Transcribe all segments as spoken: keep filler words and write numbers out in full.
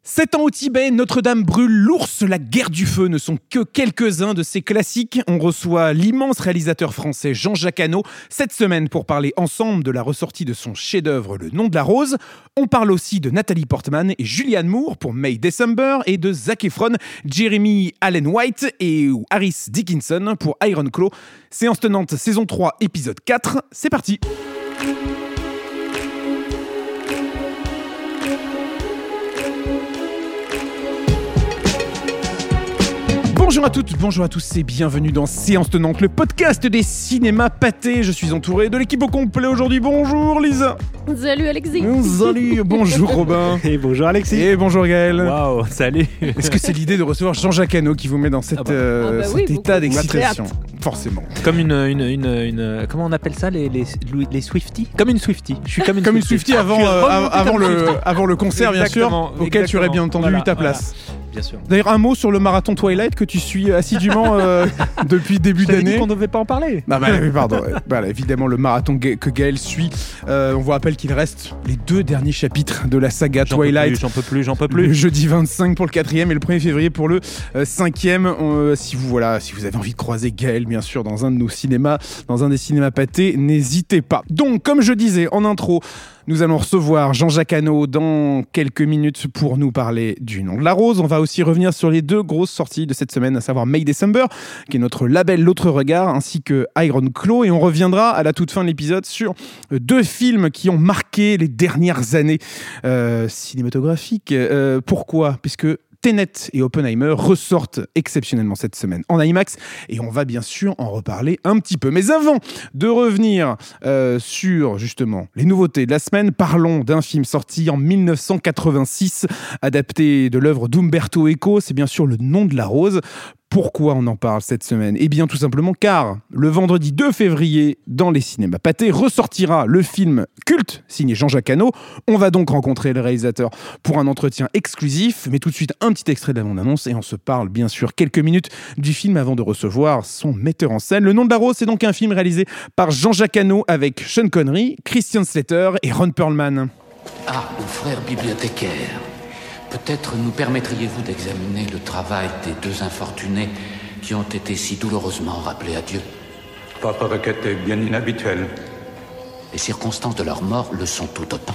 Sept ans au Tibet, Notre-Dame brûle, l'ours, la guerre du feu ne sont que quelques-uns de ces classiques. On reçoit l'immense réalisateur français Jean-Jacques Hano cette semaine pour parler ensemble de la ressortie de son chef-d'œuvre Le Nom de la Rose. On parle aussi de Nathalie Portman et Julianne Moore pour May December et de Zac Efron, Jeremy Allen White et Harris Dickinson pour Iron Claw. Séance tenante saison trois, épisode quatre, c'est parti. Bonjour à toutes, bonjour à tous et bienvenue dans Séance Tenante, le podcast des cinémas pâtés. Je suis entouré de l'équipe au complet aujourd'hui. Bonjour Lisa. Salut Alexis. Salut, bonjour Robin. Et bonjour Alexis. Et bonjour Gaël. Waouh, salut. Est-ce que c'est l'idée de recevoir Jean-Jacques Hano qui vous met dans cette, ah bah. euh, ah bah oui, cet état d'excitation? Forcément. Comme une, une, une, une, comment on appelle ça, les, les, les Swifties? Comme une Swiftie. Je suis comme une comme Swiftie, une Swiftie avant, euh, avant, le, avant le concert, exactement, bien sûr, auquel exactement. Tu aurais bien entendu voilà, ta place. Voilà. Bien sûr. D'ailleurs, un mot sur le marathon Twilight que tu suis assidûment euh, depuis début Je t'avais d'année. dit qu'on ne devait pas en parler. Bah, bah oui, pardon. Voilà, évidemment, le marathon ga- que Gaël suit. Euh, on vous rappelle qu'il reste les deux derniers chapitres de la saga j'en Twilight. Peux plus, j'en peux plus, j'en peux plus. Le jeudi vingt-cinq pour le quatrième et le premier février pour le euh, cinquième. Euh, si vous voilà, si vous avez envie de croiser Gaël, bien sûr, dans un de nos cinémas, dans un des cinémas pâtés, n'hésitez pas. Donc, comme je disais en intro, nous allons recevoir Jean-Jacques Hano dans quelques minutes pour nous parler du Nom de la Rose. On va aussi revenir sur les deux grosses sorties de cette semaine, à savoir May December, qui est notre label L'Autre Regard, ainsi que Iron Claw. Et on reviendra à la toute fin de l'épisode sur deux films qui ont marqué les dernières années euh, cinématographiques. Euh, pourquoi ? Puisque Tenet et Oppenheimer ressortent exceptionnellement cette semaine en IMAX et on va bien sûr en reparler un petit peu. Mais avant de revenir euh, sur justement les nouveautés de la semaine, parlons d'un film sorti en dix-neuf cent quatre-vingt-six, adapté de l'œuvre d'Umberto Eco, c'est bien sûr Le Nom de la Rose. Pourquoi on en parle cette semaine ? Eh bien tout simplement car le vendredi deux février, dans les cinémas pâtés, ressortira le film culte signé Jean-Jacques Hano. On va donc rencontrer le réalisateur pour un entretien exclusif, mais tout de suite un petit extrait de la bande-annonce et on se parle bien sûr quelques minutes du film avant de recevoir son metteur en scène. Le Nom de la Rose, c'est donc un film réalisé par Jean-Jacques Hano avec Sean Connery, Christian Slater et Ron Perlman. Ah, mon frère bibliothécaire. Peut-être nous permettriez-vous d'examiner le travail des deux infortunés qui ont été si douloureusement rappelés à Dieu. Votre requête est bien inhabituelle. Les circonstances de leur mort le sont tout autant.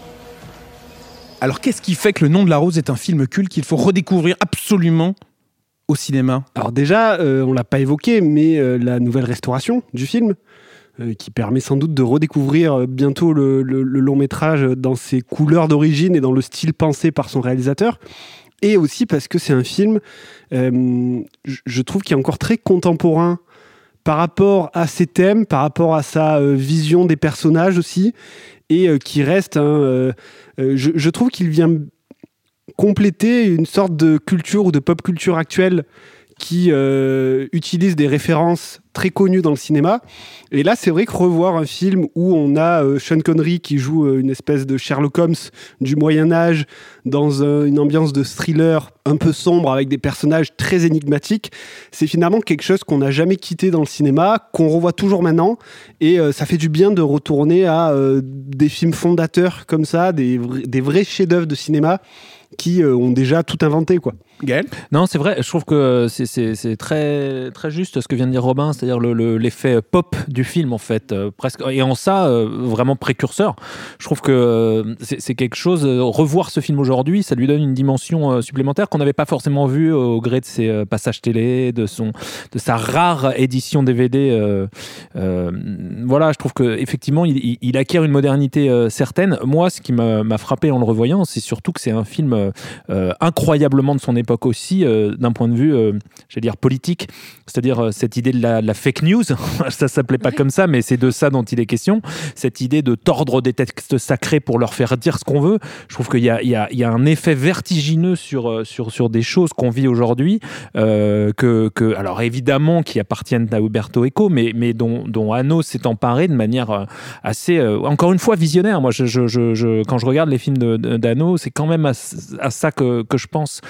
Alors qu'est-ce qui fait que Le Nom de la Rose est un film culte qu'il faut redécouvrir absolument au cinéma ? Alors déjà, euh, on l'a pas évoqué, mais euh, la nouvelle restauration du film, euh, qui permet sans doute de redécouvrir bientôt le, le, le long-métrage dans ses couleurs d'origine et dans le style pensé par son réalisateur. Et aussi parce que c'est un film, euh, je trouve, qui est encore très contemporain par rapport à ses thèmes, par rapport à sa euh, vision des personnages aussi, et euh, qui reste... Hein, euh, euh, je, je trouve qu'il vient compléter une sorte de culture ou de pop culture actuelle qui euh, utilise des références très connues dans le cinéma. Et là, c'est vrai que revoir un film où on a euh, Sean Connery qui joue euh, une espèce de Sherlock Holmes du Moyen-Âge dans euh, une ambiance de thriller un peu sombre avec des personnages très énigmatiques, c'est finalement quelque chose qu'on n'a jamais quitté dans le cinéma, qu'on revoit toujours maintenant. Et euh, ça fait du bien de retourner à euh, des films fondateurs comme ça, des, vra- des vrais chefs-d'œuvre de cinéma qui euh, ont déjà tout inventé, quoi. Gaël ? Non, c'est vrai, je trouve que c'est, c'est, c'est très, très juste ce que vient de dire Robin, c'est-à-dire le, le, l'effet pop du film, en fait, euh, presque, et en ça, euh, vraiment précurseur. Je trouve que euh, c'est, c'est quelque chose, euh, revoir ce film aujourd'hui, ça lui donne une dimension euh, supplémentaire qu'on n'avait pas forcément vue au gré de ses euh, passages télé, de, son, de sa rare édition D V D. Euh, euh, voilà, je trouve qu'effectivement, il, il, il acquiert une modernité euh, certaine. Moi, ce qui m'a, m'a frappé en le revoyant, c'est surtout que c'est un film euh, incroyablement de son époque aussi, euh, d'un point de vue, euh, j'allais dire, politique, c'est-à-dire euh, cette idée de la, la fake news, ça s'appelait pas oui. comme ça, mais c'est de ça dont il est question, cette idée de tordre des textes sacrés pour leur faire dire ce qu'on veut. Je trouve qu'il y a, il y a, il y a un effet vertigineux sur, sur, sur des choses qu'on vit aujourd'hui, euh, que, que, alors évidemment, qui appartiennent à Umberto Eco, mais, mais dont, dont Hano s'est emparé de manière assez, euh, encore une fois, visionnaire. Moi, je, je, je, je, quand je regarde les films de, de, d'Hano, c'est quand même à, à ça que, que je pense.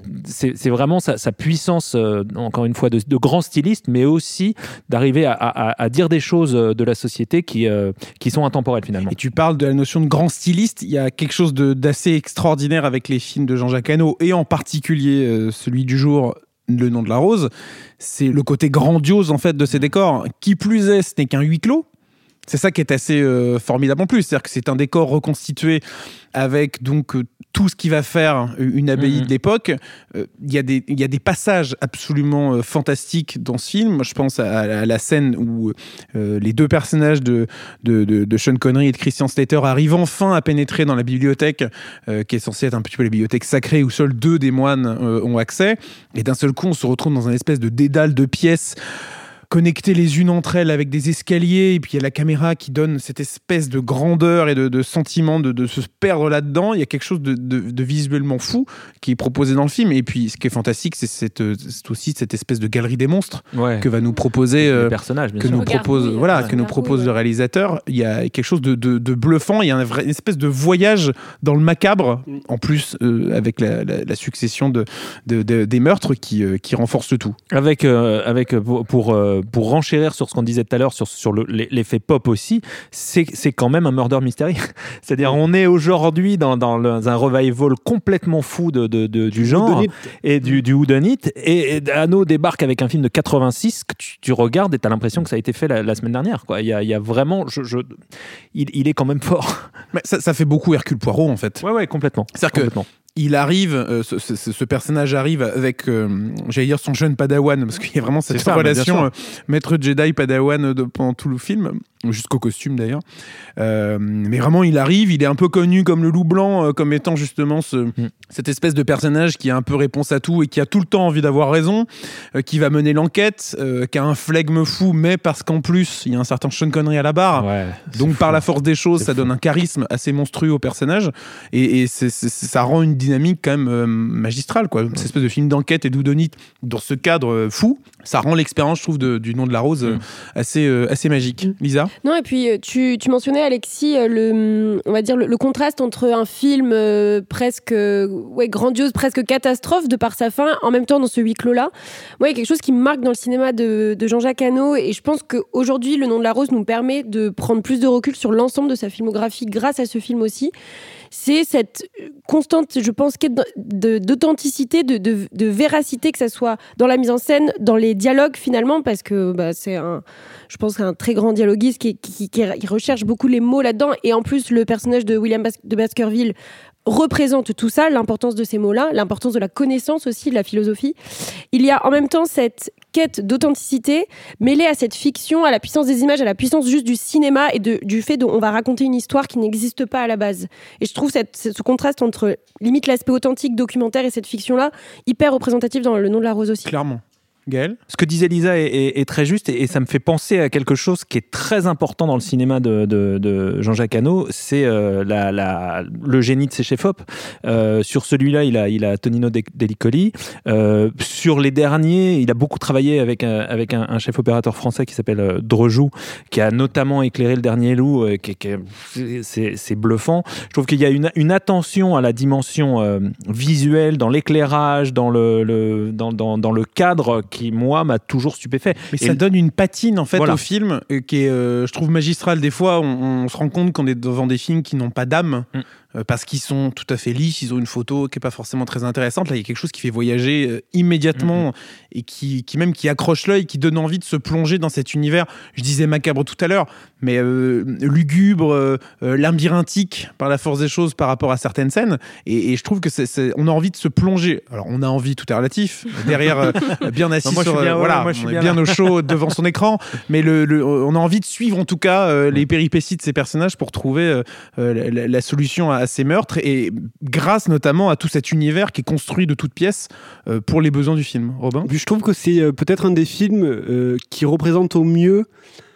c'est, c'est vraiment sa, sa puissance, euh, encore une fois, de, de grand styliste, mais aussi d'arriver à, à, à dire des choses de la société qui, euh, qui sont intemporelles finalement. Et tu parles de la notion de grand styliste, il y a quelque chose de, d'assez extraordinaire avec les films de Jean-Jacques Hano, et en particulier euh, celui du jour, Le Nom de la Rose, c'est le côté grandiose en fait de ces décors. Qui plus est, ce n'est qu'un huis clos. C'est ça qui est assez euh, formidable en plus, c'est-à-dire que c'est un décor reconstitué avec donc euh, tout ce qui va faire une abbaye mmh. de l'époque. Il euh, y, y a des passages absolument euh, fantastiques dans ce film. Moi, je pense à, à la scène où euh, les deux personnages de, de, de, de Sean Connery et de Christian Slater arrivent enfin à pénétrer dans la bibliothèque, euh, qui est censée être un petit peu la bibliothèque sacrée où seuls deux des moines euh, ont accès. Et d'un seul coup, on se retrouve dans une espèce de dédale de pièces connectées les unes entre elles avec des escaliers, et puis il y a la caméra qui donne cette espèce de grandeur et de, de sentiment de, de se perdre là-dedans. Il y a quelque chose de, de, de visuellement fou qui est proposé dans le film, et puis ce qui est fantastique, c'est, cette, c'est aussi cette espèce de galerie des monstres ouais. que va nous proposer euh, personnages, bien que sûr. nous propose, oui, voilà, ouais. que nous propose oui, le réalisateur. Il y a quelque chose de, de, de bluffant, il y a un vrai, une espèce de voyage dans le macabre, en plus euh, avec la, la, la succession de, de, de, des meurtres qui, euh, qui renforce le tout. Avec, euh, avec pour, pour euh, pour renchérir sur ce qu'on disait tout à l'heure, sur, sur le, l'effet pop aussi, c'est, c'est quand même un murder mystery. C'est-à-dire, on est aujourd'hui dans, dans, le, dans un revival complètement fou de, de, de, du genre et du, du whodunit. Et, et Hano débarque avec un film de quatre-vingt-six que tu, tu regardes et tu as l'impression que ça a été fait la, la semaine dernière. Quoi. Il, y a, il y a vraiment. Je, je, il, il est quand même fort. Mais ça, ça fait beaucoup Hercule Poirot, en fait. Ouais, ouais, complètement. C'est-à-dire complètement. que. Il arrive, euh, ce, ce, ce personnage arrive avec, euh, j'allais dire son jeune Padawan, parce qu'il y a vraiment cette ça, relation euh, maître Jedi Padawan de, pendant tout le film, jusqu'au costume d'ailleurs. Euh, mais vraiment, il arrive, il est un peu connu comme le loup blanc, euh, comme étant justement ce, mm. cette espèce de personnage qui a un peu réponse à tout et qui a tout le temps envie d'avoir raison, euh, qui va mener l'enquête, euh, qui a un flegme fou, mais parce qu'en plus, il y a un certain Sean Connery à la barre. Ouais, donc, par fou. La force des choses, c'est ça fou. Donne un charisme assez monstrueux au personnage, et, et c'est, c'est, ça rend une dynamique quand même euh, magistrale, quoi. Cette espèce de film d'enquête et d'houdonite dans ce cadre euh, fou, ça rend l'expérience, je trouve, de, du Nom de la Rose euh, assez, euh, assez magique. Lisa ? Non, et puis tu, tu mentionnais, Alexis, le, on va dire le, le contraste entre un film euh, presque ouais, grandiose, presque catastrophe de par sa fin, en même temps dans ce huis clos-là. Moi, il y a quelque chose qui me marque dans le cinéma de, de Jean-Jacques Hano, et je pense qu'aujourd'hui, Le Nom de la Rose nous permet de prendre plus de recul sur l'ensemble de sa filmographie grâce à ce film aussi. C'est cette constante, je pense, quête de, d'authenticité, de, de, de véracité, que ça soit dans la mise en scène, dans les dialogues finalement, parce que bah, c'est un, je pense, un très grand dialoguiste qui, qui, qui, qui recherche beaucoup les mots là-dedans. Et en plus, le personnage de William Bas- de Baskerville représente tout ça, l'importance de ces mots-là, l'importance de la connaissance aussi, de la philosophie. Il y a en même temps cette quête d'authenticité mêlée à cette fiction, à la puissance des images, à la puissance juste du cinéma et de, du fait qu'on va raconter une histoire qui n'existe pas à la base. Et je trouve cette, ce contraste entre limite l'aspect authentique, documentaire, et cette fiction-là hyper représentatif dans Le Nom de la Rose aussi. Clairement. Gaël ? Ce que disait Lisa est, est, est très juste, et, et ça me fait penser à quelque chose qui est très important dans le cinéma de, de, de Jean-Jacques Hano, c'est euh, la, la, le génie de ses chefs-op. Euh, sur celui-là, il a, il a Tonino Delicoli. Euh, sur les derniers, il a beaucoup travaillé avec, un, avec un, un chef opérateur français qui s'appelle euh, Drejou, qui a notamment éclairé Le Dernier Loup, euh, qui, qui, c'est, c'est bluffant. Je trouve qu'il y a une, une attention à la dimension euh, visuelle, dans l'éclairage, dans le, le, dans, dans, dans le cadre, qui, moi, m'a toujours stupéfait. Mais et ça l... donne une patine, en fait, voilà. au film, euh, qui est, euh, je trouve, magistrale. Des fois, on, on se rend compte qu'on est devant des films qui n'ont pas d'âme, mm. euh, parce qu'ils sont tout à fait lisses, ils ont une photo qui n'est pas forcément très intéressante. Là, il y a quelque chose qui fait voyager euh, immédiatement, mm. et qui, qui même qui accroche l'œil, qui donne envie de se plonger dans cet univers. Je disais macabre tout à l'heure, mais euh, lugubre, euh, labyrinthique, par la force des choses, par rapport à certaines scènes. Et, et je trouve que c'est, c'est, on a envie de se plonger. Alors, on a envie, tout est relatif, derrière, euh, bien assis. Non, moi, sur, bien, euh, voilà, moi, je suis on bien est bien au chaud devant son écran, mais le, le, on a envie de suivre en tout cas euh, les péripéties de ces personnages pour trouver euh, la, la solution à, à ces meurtres, et grâce notamment à tout cet univers qui est construit de toutes pièces euh, pour les besoins du film. Robin ? Je trouve que c'est euh, peut-être un des films euh, qui représente au mieux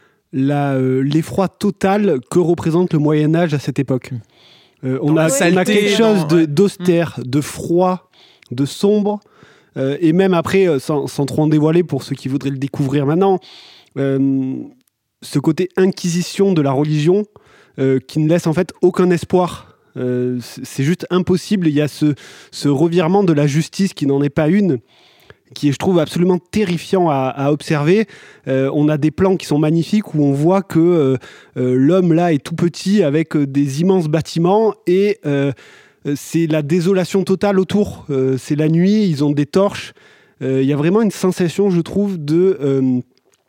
la, euh, l'effroi total que représente le Moyen-Âge à cette époque. Euh, on, a, on a quelque chose de, d'austère, de froid, de sombre. Euh, et même après, euh, sans, sans trop en dévoiler pour ceux qui voudraient le découvrir maintenant, euh, ce côté inquisition de la religion euh, qui ne laisse en fait aucun espoir Euh, c'est juste impossible. Il y a ce, ce revirement de la justice qui n'en est pas une, qui est, je trouve, absolument terrifiant à, à observer. Euh, on a des plans qui sont magnifiques où on voit que euh, euh, l'homme là est tout petit avec euh, des immenses bâtiments et euh, c'est la désolation totale autour. Euh, c'est la nuit, ils ont des torches. Il euh, y a vraiment une sensation, je trouve, de, euh,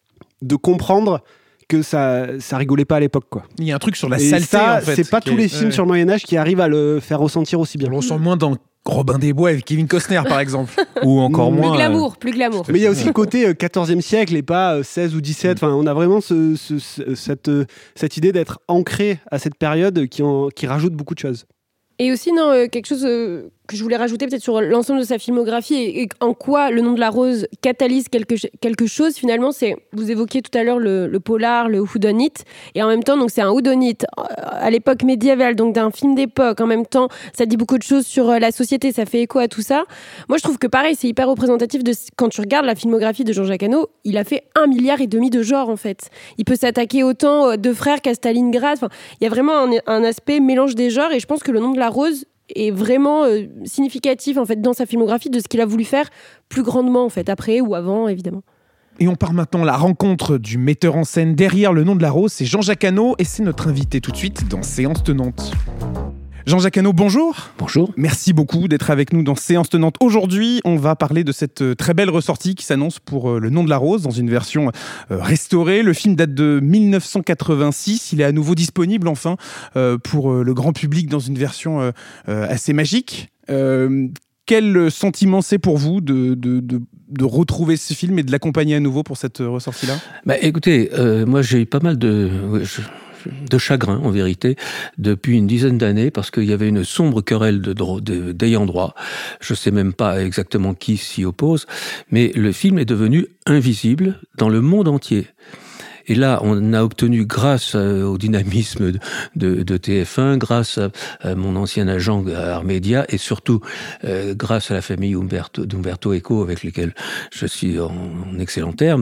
de comprendre que ça, ça rigolait pas à l'époque, quoi. Il y a un truc sur la et saleté, ça, en fait. c'est pas tous est... les films ouais. sur le Moyen-Âge qui arrivent à le faire ressentir aussi bien. On le ressent moins dans Robin des Bois avec Kevin Costner, par exemple. Ou encore Plus moins. glamour, plus glamour. Mais il y a aussi le côté euh, quatorzième siècle et pas euh, seize ou dix-sept. Enfin, on a vraiment ce, ce, ce, cette, euh, cette idée d'être ancré à cette période qui, en, qui rajoute beaucoup de choses. Et aussi, non, euh, quelque chose euh, que je voulais rajouter peut-être sur l'ensemble de sa filmographie et, et en quoi Le Nom de la Rose catalyse quelque, quelque chose, finalement, c'est, vous évoquiez tout à l'heure le, le polar, le whodunit, et en même temps, donc c'est un whodunit à l'époque médiévale, donc d'un film d'époque, en même temps, ça dit beaucoup de choses sur la société, ça fait écho à tout ça. Moi, je trouve que pareil, c'est hyper représentatif de, quand tu regardes la filmographie de Jean-Jacques Hano, il a fait un milliard et demi de genres, en fait. Il peut s'attaquer autant de frères qu'à Stalingrad, enfin, il y a vraiment un, un aspect mélange des genres, et je pense que Le Nom de la Rose est vraiment euh, significatif en fait dans sa filmographie de ce qu'il a voulu faire plus grandement en fait après ou avant évidemment. Et on part maintenant à la rencontre du metteur en scène derrière Le Nom de la Rose, c'est Jean-Jacques Hano et c'est notre invité tout de suite dans Séance Tenante. Jean-Jacques Hano, bonjour. Bonjour. Merci beaucoup d'être avec nous dans Séance Tenante. Aujourd'hui, on va parler de cette très belle ressortie qui s'annonce pour Le Nom de la Rose dans une version restaurée. Le film date de mille neuf cent quatre-vingt-six. Il est à nouveau disponible enfin pour le grand public dans une version assez magique. Euh, quel sentiment c'est pour vous de, de, de, de retrouver ce film et de l'accompagner à nouveau pour cette ressortie-là ? Bah, écoutez, euh, moi j'ai eu pas mal de... Je... de chagrin, en vérité, depuis une dizaine d'années, parce qu'il y avait une sombre querelle de dro- de, d'ayant droit. Je sais même pas exactement qui s'y oppose, mais le film est devenu invisible dans le monde entier. Et là, on a obtenu, grâce au dynamisme de, de, de T F un, grâce à, à mon ancien agent Armédia, et surtout euh, grâce à la famille Umberto, d'Umberto Eco, avec lesquels je suis en, en excellent terme,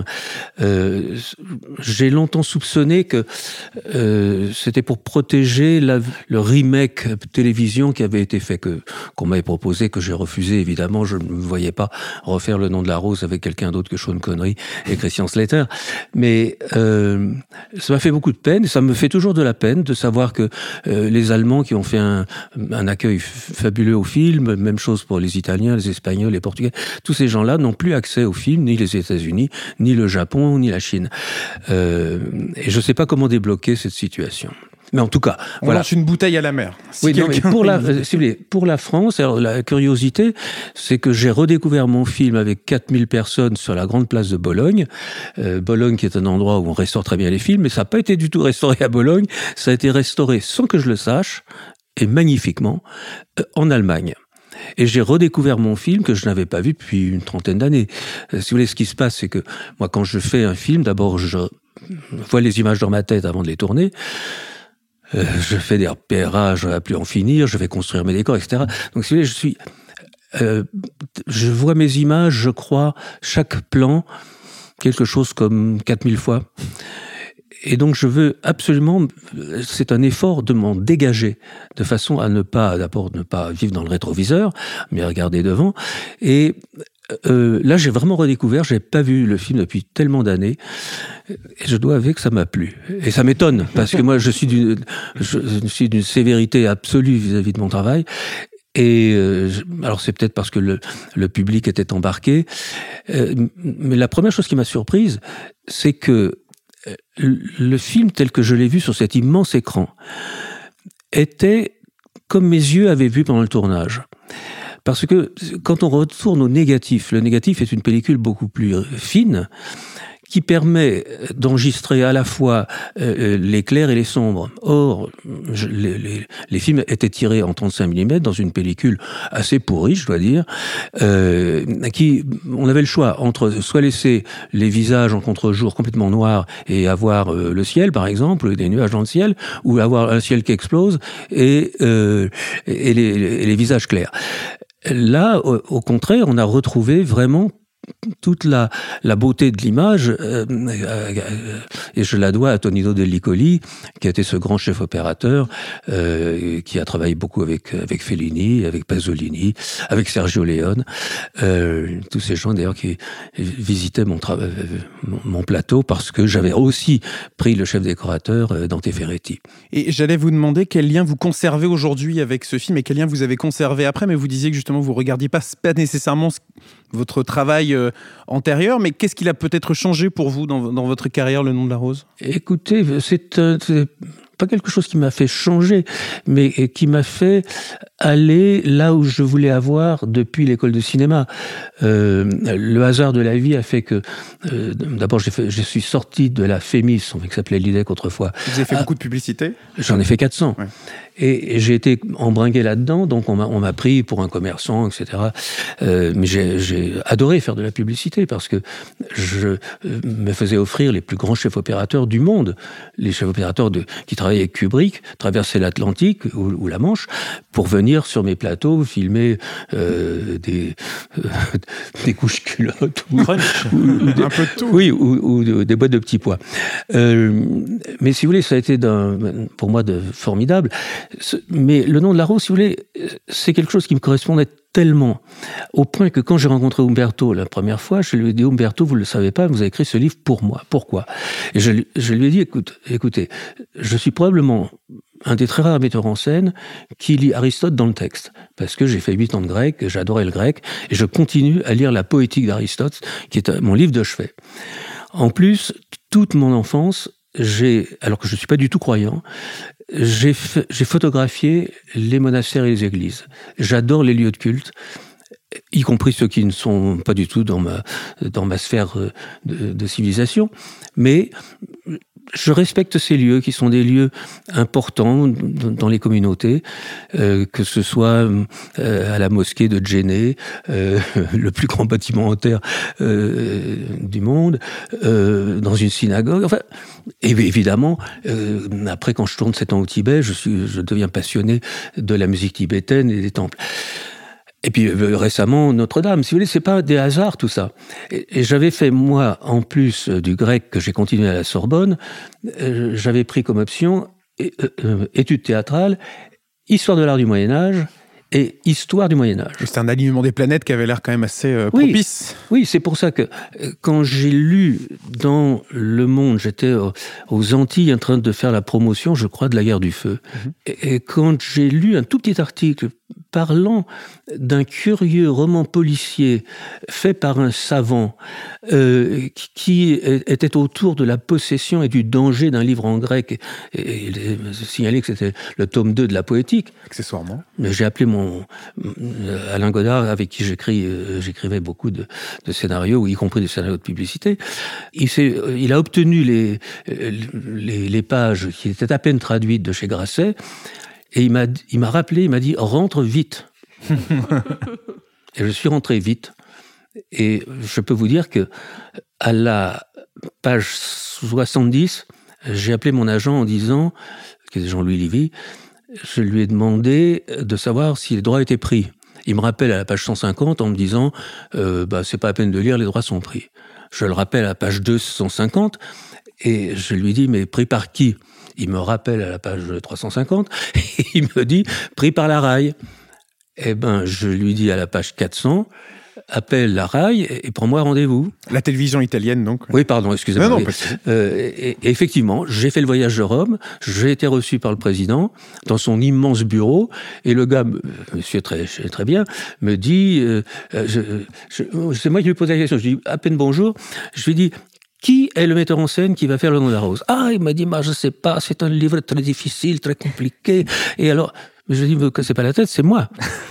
euh, j'ai longtemps soupçonné que euh, c'était pour protéger la, le remake télévision qui avait été fait, que qu'on m'avait proposé, que j'ai refusé, évidemment. Je ne me voyais pas refaire Le Nom de la Rose avec quelqu'un d'autre que Sean Connery et Christian Slater. Mais... Euh, Euh, ça m'a fait beaucoup de peine, et ça me fait toujours de la peine de savoir que euh, les Allemands qui ont fait un, un accueil f- fabuleux au film, même chose pour les Italiens, les Espagnols, les Portugais, tous ces gens-là n'ont plus accès au film, ni les États-Unis, ni le Japon, ni la Chine. Euh, et je ne sais pas comment débloquer cette situation. Mais en tout cas, on voilà. lance une bouteille à la mer. Si oui, non, mais pour la, euh, si vous voulez, pour la France, alors la curiosité, c'est que j'ai redécouvert mon film avec quatre mille personnes sur la grande place de Bologne. Euh, Bologne, qui est un endroit où on restaure très bien les films, mais ça n'a pas été du tout restauré à Bologne. Ça a été restauré sans que je le sache, et magnifiquement, euh, en Allemagne. Et j'ai redécouvert mon film que je n'avais pas vu depuis une trentaine d'années. Euh, si vous voulez, ce qui se passe, c'est que moi, quand je fais un film, d'abord, je vois les images dans ma tête avant de les tourner. Euh, je fais des repérages à plus en finir, je vais construire mes décors, et cetera. Donc, si vous voulez, je suis, euh, je vois mes images, je crois, chaque plan, quelque chose comme quatre mille fois. Et donc, je veux absolument, c'est un effort de m'en dégager, de façon à ne pas, d'abord, ne pas vivre dans le rétroviseur, mais regarder devant. Et Euh, là, j'ai vraiment redécouvert, j'ai pas vu le film depuis tellement d'années, et je dois avouer que ça m'a plu. Et ça m'étonne, parce que moi, je suis d'une, je, je suis d'une sévérité absolue vis-à-vis de mon travail. Et euh, alors, c'est peut-être parce que le, le public était embarqué, euh, mais la première chose qui m'a surprise, c'est que le film tel que je l'ai vu sur cet immense écran était comme mes yeux avaient vu pendant le tournage. Parce que quand on retourne au négatif, le négatif est une pellicule beaucoup plus fine qui permet d'enregistrer à la fois euh, les clairs et les sombres. Or, je, les, les, les films étaient tirés en trente-cinq millimètres dans une pellicule assez pourrie, je dois dire, euh, qui, on avait le choix entre soit laisser les visages en contre-jour complètement noirs et avoir euh, le ciel, par exemple, des nuages dans le ciel, ou avoir un ciel qui explose et, euh, et, les, et les visages clairs. Là, au, au contraire, on a retrouvé vraiment toute la, la beauté de l'image, euh, euh, et je la dois à Tonino Dellicoli, qui a été ce grand chef opérateur, euh, qui a travaillé beaucoup avec, avec Fellini, avec Pasolini, avec Sergio Leone, euh, tous ces gens d'ailleurs qui visitaient mon, tra- mon, mon plateau parce que j'avais aussi pris le chef décorateur euh, Dante Ferretti. Et j'allais vous demander quel lien vous conservez aujourd'hui avec ce film et quel lien vous avez conservé après, mais vous disiez que justement vous ne regardiez pas, pas nécessairement votre travail euh, antérieur, mais qu'est-ce qu'il a peut-être changé pour vous dans, dans votre carrière, Le Nom de la Rose ? Écoutez, c'est, euh, c'est pas quelque chose qui m'a fait changer, mais qui m'a fait aller là où je voulais avoir depuis l'école de cinéma. Euh, le hasard de la vie a fait que, euh, d'abord, j'ai fait, je suis sorti de la Fémis, qui s'appelait l'I D E C autrefois. Vous avez fait ah, beaucoup de publicité ? J'en ai fait quatre cents. Ouais. Et j'ai été embringué là-dedans, donc on m'a, on m'a pris pour un commerçant, et cetera. Euh, mais j'ai, j'ai adoré faire de la publicité parce que je me faisais offrir les plus grands chefs opérateurs du monde. Les chefs opérateurs de, qui travaillaient avec Kubrick, traversaient l'Atlantique ou, ou la Manche pour venir sur mes plateaux filmer euh, des, euh, des couches culottes ou, ou, ou des, un peu de tout. Oui, ou, ou de, des boîtes de petits pois. Euh, mais si vous voulez, ça a été d'un, pour moi de formidable. Mais Le Nom de la Rose, si vous voulez, c'est quelque chose qui me correspondait tellement, au point que quand j'ai rencontré Umberto la première fois, je lui ai dit, Umberto, vous ne le savez pas, vous avez écrit ce livre pour moi. Pourquoi ? Et je, je lui ai dit, écoute, écoutez, je suis probablement un des très rares metteurs en scène qui lit Aristote dans le texte. Parce que j'ai fait huit ans de grec, j'adorais le grec, et je continue à lire la poétique d'Aristote, qui est mon livre de chevet. En plus, toute mon enfance, j'ai, alors que je ne suis pas du tout croyant, j'ai, fait, j'ai photographié les monastères et les églises. J'adore les lieux de culte, y compris ceux qui ne sont pas du tout dans ma, dans ma sphère de, de civilisation, mais je respecte ces lieux qui sont des lieux importants dans les communautés, euh, que ce soit euh, à la mosquée de Djenné, euh, le plus grand bâtiment en terre euh, du monde, euh, dans une synagogue. Enfin, et évidemment, euh, après quand je tourne sept ans au Tibet, je, suis, je deviens passionné de la musique tibétaine et des temples. Et puis euh, récemment, Notre-Dame. Si vous voulez, c'est pas des hasards tout ça. Et, et j'avais fait, moi, en plus euh, du grec que j'ai continué à la Sorbonne, euh, j'avais pris comme option euh, euh, études théâtrales, histoire de l'art du Moyen-Âge et histoire du Moyen-Âge. C'est un alignement des planètes qui avait l'air quand même assez euh, propice. Oui, oui, c'est pour ça que euh, quand j'ai lu dans Le Monde, j'étais euh, aux Antilles en train de faire la promotion, je crois, de la guerre du feu. Mm-hmm. Et, et quand j'ai lu un tout petit article parlant d'un curieux roman policier fait par un savant euh, qui était autour de la possession et du danger d'un livre en grec, et, et, et signalé que c'était le tome deux de la poétique. Accessoirement. J'ai appelé mon Alain Godard, avec qui j'écris, j'écrivais beaucoup de, de scénarios, y compris des scénarios de publicité. Il, s'est, il a obtenu les, les, les pages qui étaient à peine traduites de chez Grasset. Et il m'a, il m'a rappelé, il m'a dit « rentre vite ». Et je suis rentré vite. Et je peux vous dire que à la page soixante-dix, j'ai appelé mon agent en disant, qui est Jean-Louis Livy, je lui ai demandé de savoir si les droits étaient pris. Il me rappelle à la page cent cinquante en me disant euh, bah, « c'est pas la peine de lire, les droits sont pris ». Je le rappelle à la page deux cent cinquante et je lui dis « mais pris par qui ?» Il me rappelle à la page trois cent cinquante, et il me dit « pris par la R A I ». Eh ben, je lui dis à la page quatre cents, appelle la R A I et prends-moi rendez-vous. La télévision italienne, donc. Oui, pardon, excusez-moi. Non, non, euh, et, et effectivement, j'ai fait le voyage de Rome, j'ai été reçu par le président dans son immense bureau, et le gars, monsieur très, très bien, me dit, euh, je, je, c'est moi qui lui pose la question, je dis à peine bonjour, je lui dis, qui est le metteur en scène qui va faire Le Nom de la Rose ? Ah, il m'a dit, bah, je sais pas, c'est un livre très difficile, très compliqué. Et alors, je lui ai dit, me cassez pas la tête, c'est moi.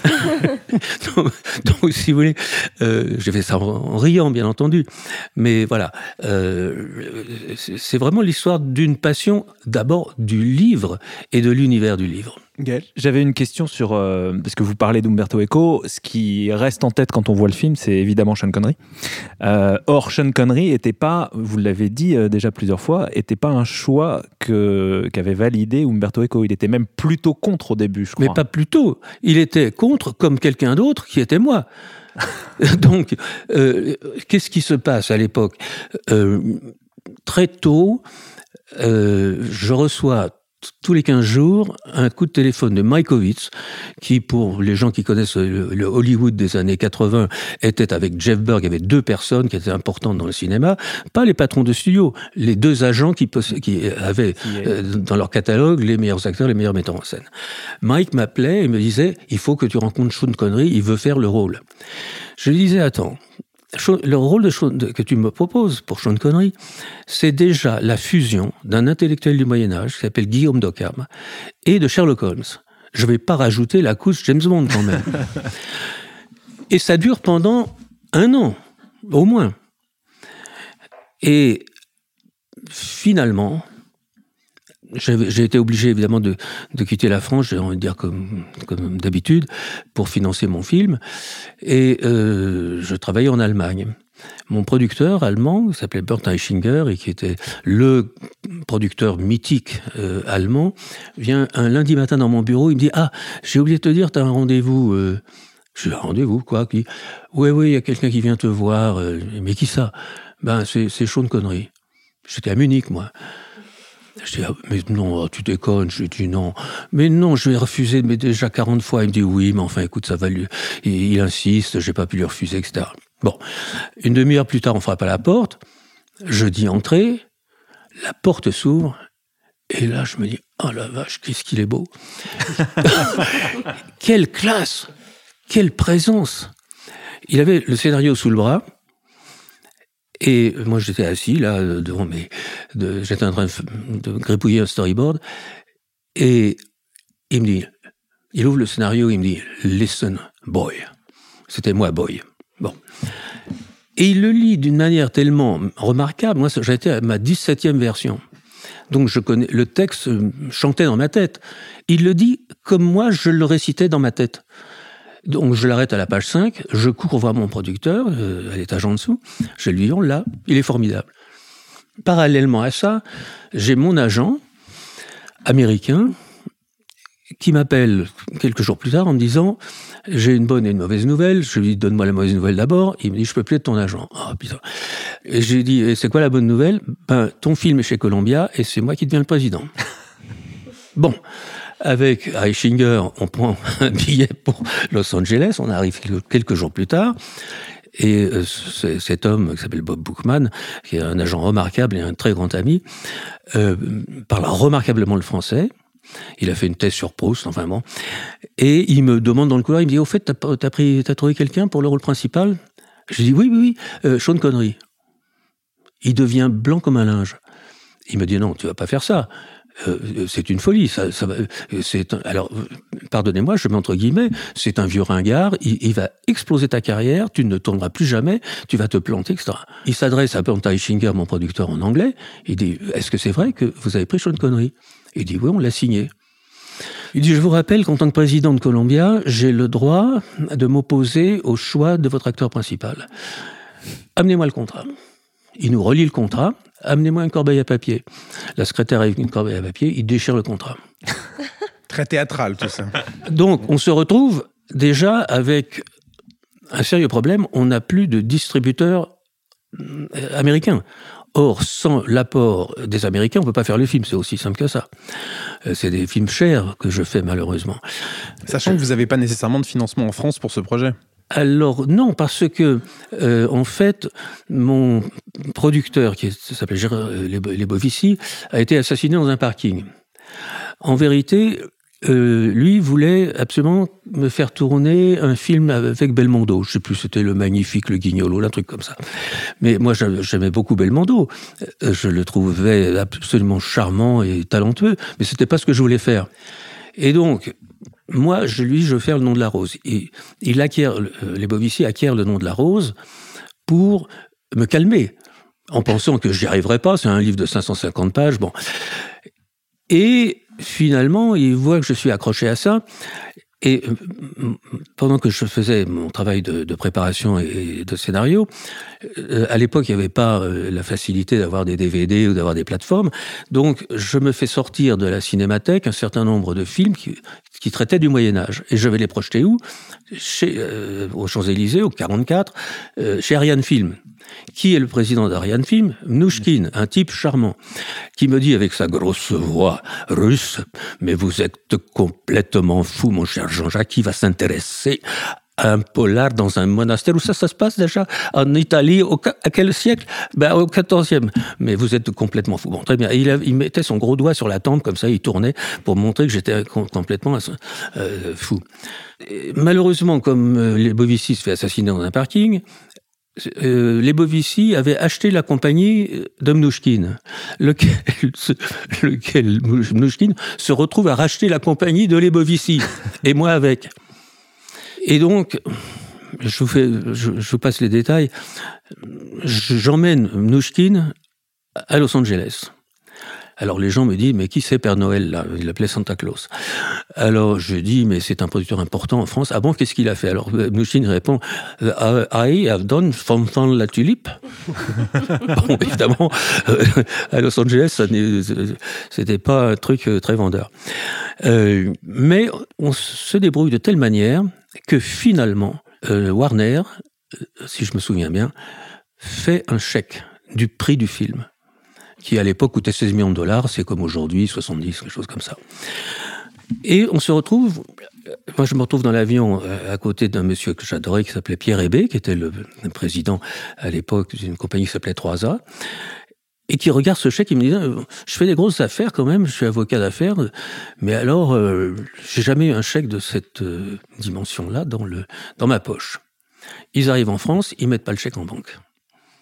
donc, donc, si vous voulez, euh, j'ai fait ça en, en riant, bien entendu. Mais voilà, euh, c'est vraiment l'histoire d'une passion, d'abord du livre et de l'univers du livre. Gaël ? J'avais une question sur, euh, parce que vous parlez d'Umberto Eco, ce qui reste en tête quand on voit le film, c'est évidemment Sean Connery. Euh, or, Sean Connery était pas, vous l'avez dit euh, déjà plusieurs fois, était pas un choix que, qu'avait validé Umberto Eco. Il était même plutôt contre au début, je crois. Mais pas plutôt. Il était contre comme quelqu'un d'autre qui était moi. Donc, euh, qu'est-ce qui se passe à l'époque ? euh, Très tôt, euh, je reçois tous les quinze jours, un coup de téléphone de Mykovitz, qui, pour les gens qui connaissent le, le Hollywood des années quatre-vingts, était avec Jeff Berg. Il y avait deux personnes qui étaient importantes dans le cinéma, pas les patrons de studio, les deux agents qui, poss- qui avaient euh, dans leur catalogue les meilleurs acteurs, les meilleurs metteurs en scène. Mike m'appelait et me disait « Il faut que tu rencontres Sean Connery, il veut faire le rôle ». Je lui disais « Attends, le rôle de Sean, de, que tu me proposes pour Sean Connery, c'est déjà la fusion d'un intellectuel du Moyen-Âge qui s'appelle Guillaume d'Occam et de Sherlock Holmes. Je ne vais pas rajouter la couche James Bond quand même. » Et ça dure pendant un an, au moins. Et finalement, j'ai, j'ai été obligé évidemment de, de quitter la France, j'ai envie de dire comme, comme d'habitude, pour financer mon film. Et euh, je travaillais en Allemagne. Mon producteur allemand, qui s'appelait Bernd Eichinger, et qui était le producteur mythique euh, allemand, vient un lundi matin dans mon bureau, il me dit « Ah, j'ai oublié de te dire, tu as un rendez-vous. Euh, » Je dis « Un rendez-vous, quoi ?» qui, Oui, oui, il y a quelqu'un qui vient te voir. Euh, mais qui ça ? Ben, c'est, c'est Sean Connery. J'étais à Munich, moi. Je dis, ah, mais non, tu déconnes. Je dis, non. Mais non, je vais refuser, mais déjà quarante fois. Il me dit, oui, mais enfin, écoute, ça va lui... Il, il insiste, j'ai pas pu lui refuser, et cetera. Bon. Une demi-heure plus tard, on frappe à la porte. Je dis, entrez. La porte s'ouvre. Et là, je me dis, oh la vache, qu'est-ce qu'il est beau. Quelle classe. Quelle présence. Il avait le scénario sous le bras. Et moi, j'étais assis, là, devant mes... De, j'étais en train de, de grépouiller un storyboard. Et il me dit... Il ouvre le scénario, il me dit « Listen, boy ». C'était moi, boy. Bon. Et il le lit d'une manière tellement remarquable. Moi, j'étais à ma dix-septième version. Donc, je connais... Le texte chantait dans ma tête. Il le dit comme moi, je le récitais dans ma tête. Donc, je l'arrête à la page cinq, je cours voir mon producteur, euh, à l'étage en dessous, je lui dis, on l'a, il est formidable. Parallèlement à ça, j'ai mon agent américain qui m'appelle quelques jours plus tard en me disant, j'ai une bonne et une mauvaise nouvelle, je lui dis, donne-moi la mauvaise nouvelle d'abord, il me dit, je peux plus être ton agent. Oh, putain. Et j'ai dit, et c'est quoi la bonne nouvelle ? Ben, ton film est chez Columbia et c'est moi qui deviens le président. Bon. Avec Eichinger, on prend un billet pour Los Angeles, on arrive quelques jours plus tard, et euh, cet homme qui s'appelle Bob Bookman, qui est un agent remarquable et un très grand ami, euh, parle remarquablement le français. Il a fait une thèse sur Proust, enfin bon. Et il me demande dans le couloir, il me dit, au fait, t'as, t'as, pris, t'as trouvé quelqu'un pour le rôle principal ? Je dis, oui, oui, oui, euh, Sean Connery. Il devient blanc comme un linge. Il me dit, non, tu vas pas faire ça. Euh, c'est une folie. Ça, ça va, c'est un, alors, pardonnez-moi, je mets entre guillemets, c'est un vieux ringard, il, il va exploser ta carrière, tu ne tourneras plus jamais, tu vas te planter, et cetera. Il s'adresse à Bernd Eichinger, mon producteur en anglais, il dit, est-ce que c'est vrai que vous avez pris Sean Connery ? Il dit, oui, on l'a signé. Il dit, je vous rappelle qu'en tant que président de Columbia, j'ai le droit de m'opposer au choix de votre acteur principal. Amenez-moi le contrat. Il nous relie le contrat. Amenez-moi une corbeille à papier. La secrétaire avec une corbeille à papier, il déchire le contrat. Très théâtral, tout ça. Donc, on se retrouve déjà avec un sérieux problème. On n'a plus de distributeurs américains. Or, sans l'apport des Américains, on ne peut pas faire le film. C'est aussi simple que ça. C'est des films chers que je fais, malheureusement. Sachant que vous n'avez pas nécessairement de financement en France pour ce projet. Alors non, parce que euh, en fait, mon producteur qui s'appelait Gérard Lebovici a été assassiné dans un parking. En vérité, euh, lui voulait absolument me faire tourner un film avec Belmondo. Je sais plus, c'était Le Magnifique, Le Guignolo, un truc comme ça. Mais moi, j'aimais beaucoup Belmondo. Je le trouvais absolument charmant et talentueux, mais c'était pas ce que je voulais faire. Et donc, moi, je lui, je veux faire Le Nom de la Rose. Et il acquiert, Lebovici acquiert Le Nom de la Rose pour me calmer, en pensant que j'y arriverais pas. C'est un livre de cinq cent cinquante pages. Bon. Et finalement, il voit que je suis accroché à ça. Et pendant que je faisais mon travail de, de préparation et de scénario, euh, à l'époque, il n'y avait pas euh, la facilité d'avoir des D V D ou d'avoir des plateformes. Donc, je me fais sortir de la cinémathèque un certain nombre de films qui, qui traitaient du Moyen-Âge. Et je vais les projeter où ? Chez, euh, aux Champs-Élysées, au quarante-quatre, euh, chez Ariane Film. Qui est le président d'Ariane Film ? Mnouchkine, un type charmant, qui me dit avec sa grosse voix russe « Mais vous êtes complètement fou, mon cher Jean-Jacques, qui va s'intéresser à un polar dans un monastère ?» Où ça, ça se passe déjà ? En Italie, au, à quel siècle ? Ben, au quatorzième. Mais vous êtes complètement fou. Bon, très bien. Il, a, il mettait son gros doigt sur la tempe, comme ça, il tournait pour montrer que j'étais complètement euh, fou. Et malheureusement, comme euh, les Bovici se fait assassiner dans un parking, Euh, les Bovici avaient acheté la compagnie de Mnouchkine, lequel, lequel Mnouchkine se retrouve à racheter la compagnie de les Bovici, et moi avec. Et donc, je vous, fais, je, je vous passe les détails, j'emmène Mnouchkine à Los Angeles. Alors les gens me disent, mais qui c'est Père Noël là ? Il l'appelait Santa Claus. Alors je dis, mais c'est un producteur important en France. Ah bon, qu'est-ce qu'il a fait ? Alors Mnouchkine répond, I have done Fanfan la Tulipe. Bon, évidemment, euh, à Los Angeles, ça c'était pas un truc très vendeur. Euh, mais on se débrouille de telle manière que finalement, euh, Warner, si je me souviens bien, fait un chèque du prix du film, qui à l'époque coûtait seize millions de dollars, c'est comme aujourd'hui, soixante-dix, quelque chose comme ça. Et on se retrouve, moi je me retrouve dans l'avion à côté d'un monsieur que j'adorais, qui s'appelait Pierre Hébé, qui était le, le président à l'époque d'une compagnie qui s'appelait trois A, et qui regarde ce chèque et me dit, je fais des grosses affaires quand même, je suis avocat d'affaires, mais alors, euh, j'ai jamais eu un chèque de cette euh, dimension-là dans, le, dans ma poche. Ils arrivent en France, ils mettent pas le chèque en banque. Pourquoi ?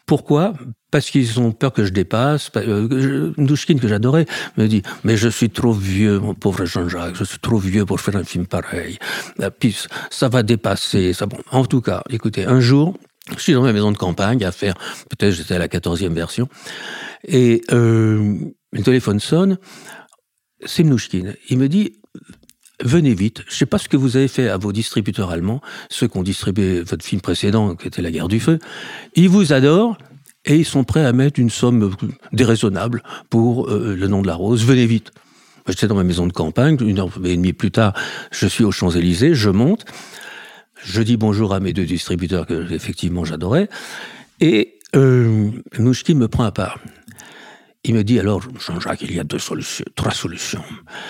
Parce qu'ils ont peur que je dépasse. Mnouchkine, que j'adorais, me dit « Mais je suis trop vieux, mon pauvre Jean-Jacques, je suis trop vieux pour faire un film pareil. Puis ça va dépasser. » Ça, bon. En tout cas, écoutez, un jour, je suis dans ma maison de campagne à faire, peut-être j'étais à la quatorzième version, et euh, le téléphone sonne, c'est Mnouchkine. Il me dit « Venez vite, je ne sais pas ce que vous avez fait à vos distributeurs allemands, ceux qui ont distribué votre film précédent, qui était La Guerre du Feu. Ils vous adorent et ils sont prêts à mettre une somme déraisonnable pour euh, Le Nom de la Rose. Venez vite. » J'étais dans ma maison de campagne, une heure et demie plus tard, je suis aux Champs-Élysées, je monte, je dis bonjour à mes deux distributeurs que effectivement j'adorais, et euh, Mnouchkine me prend à part. Il me dit alors, Jean-Jacques, il y a deux solutions, trois solutions.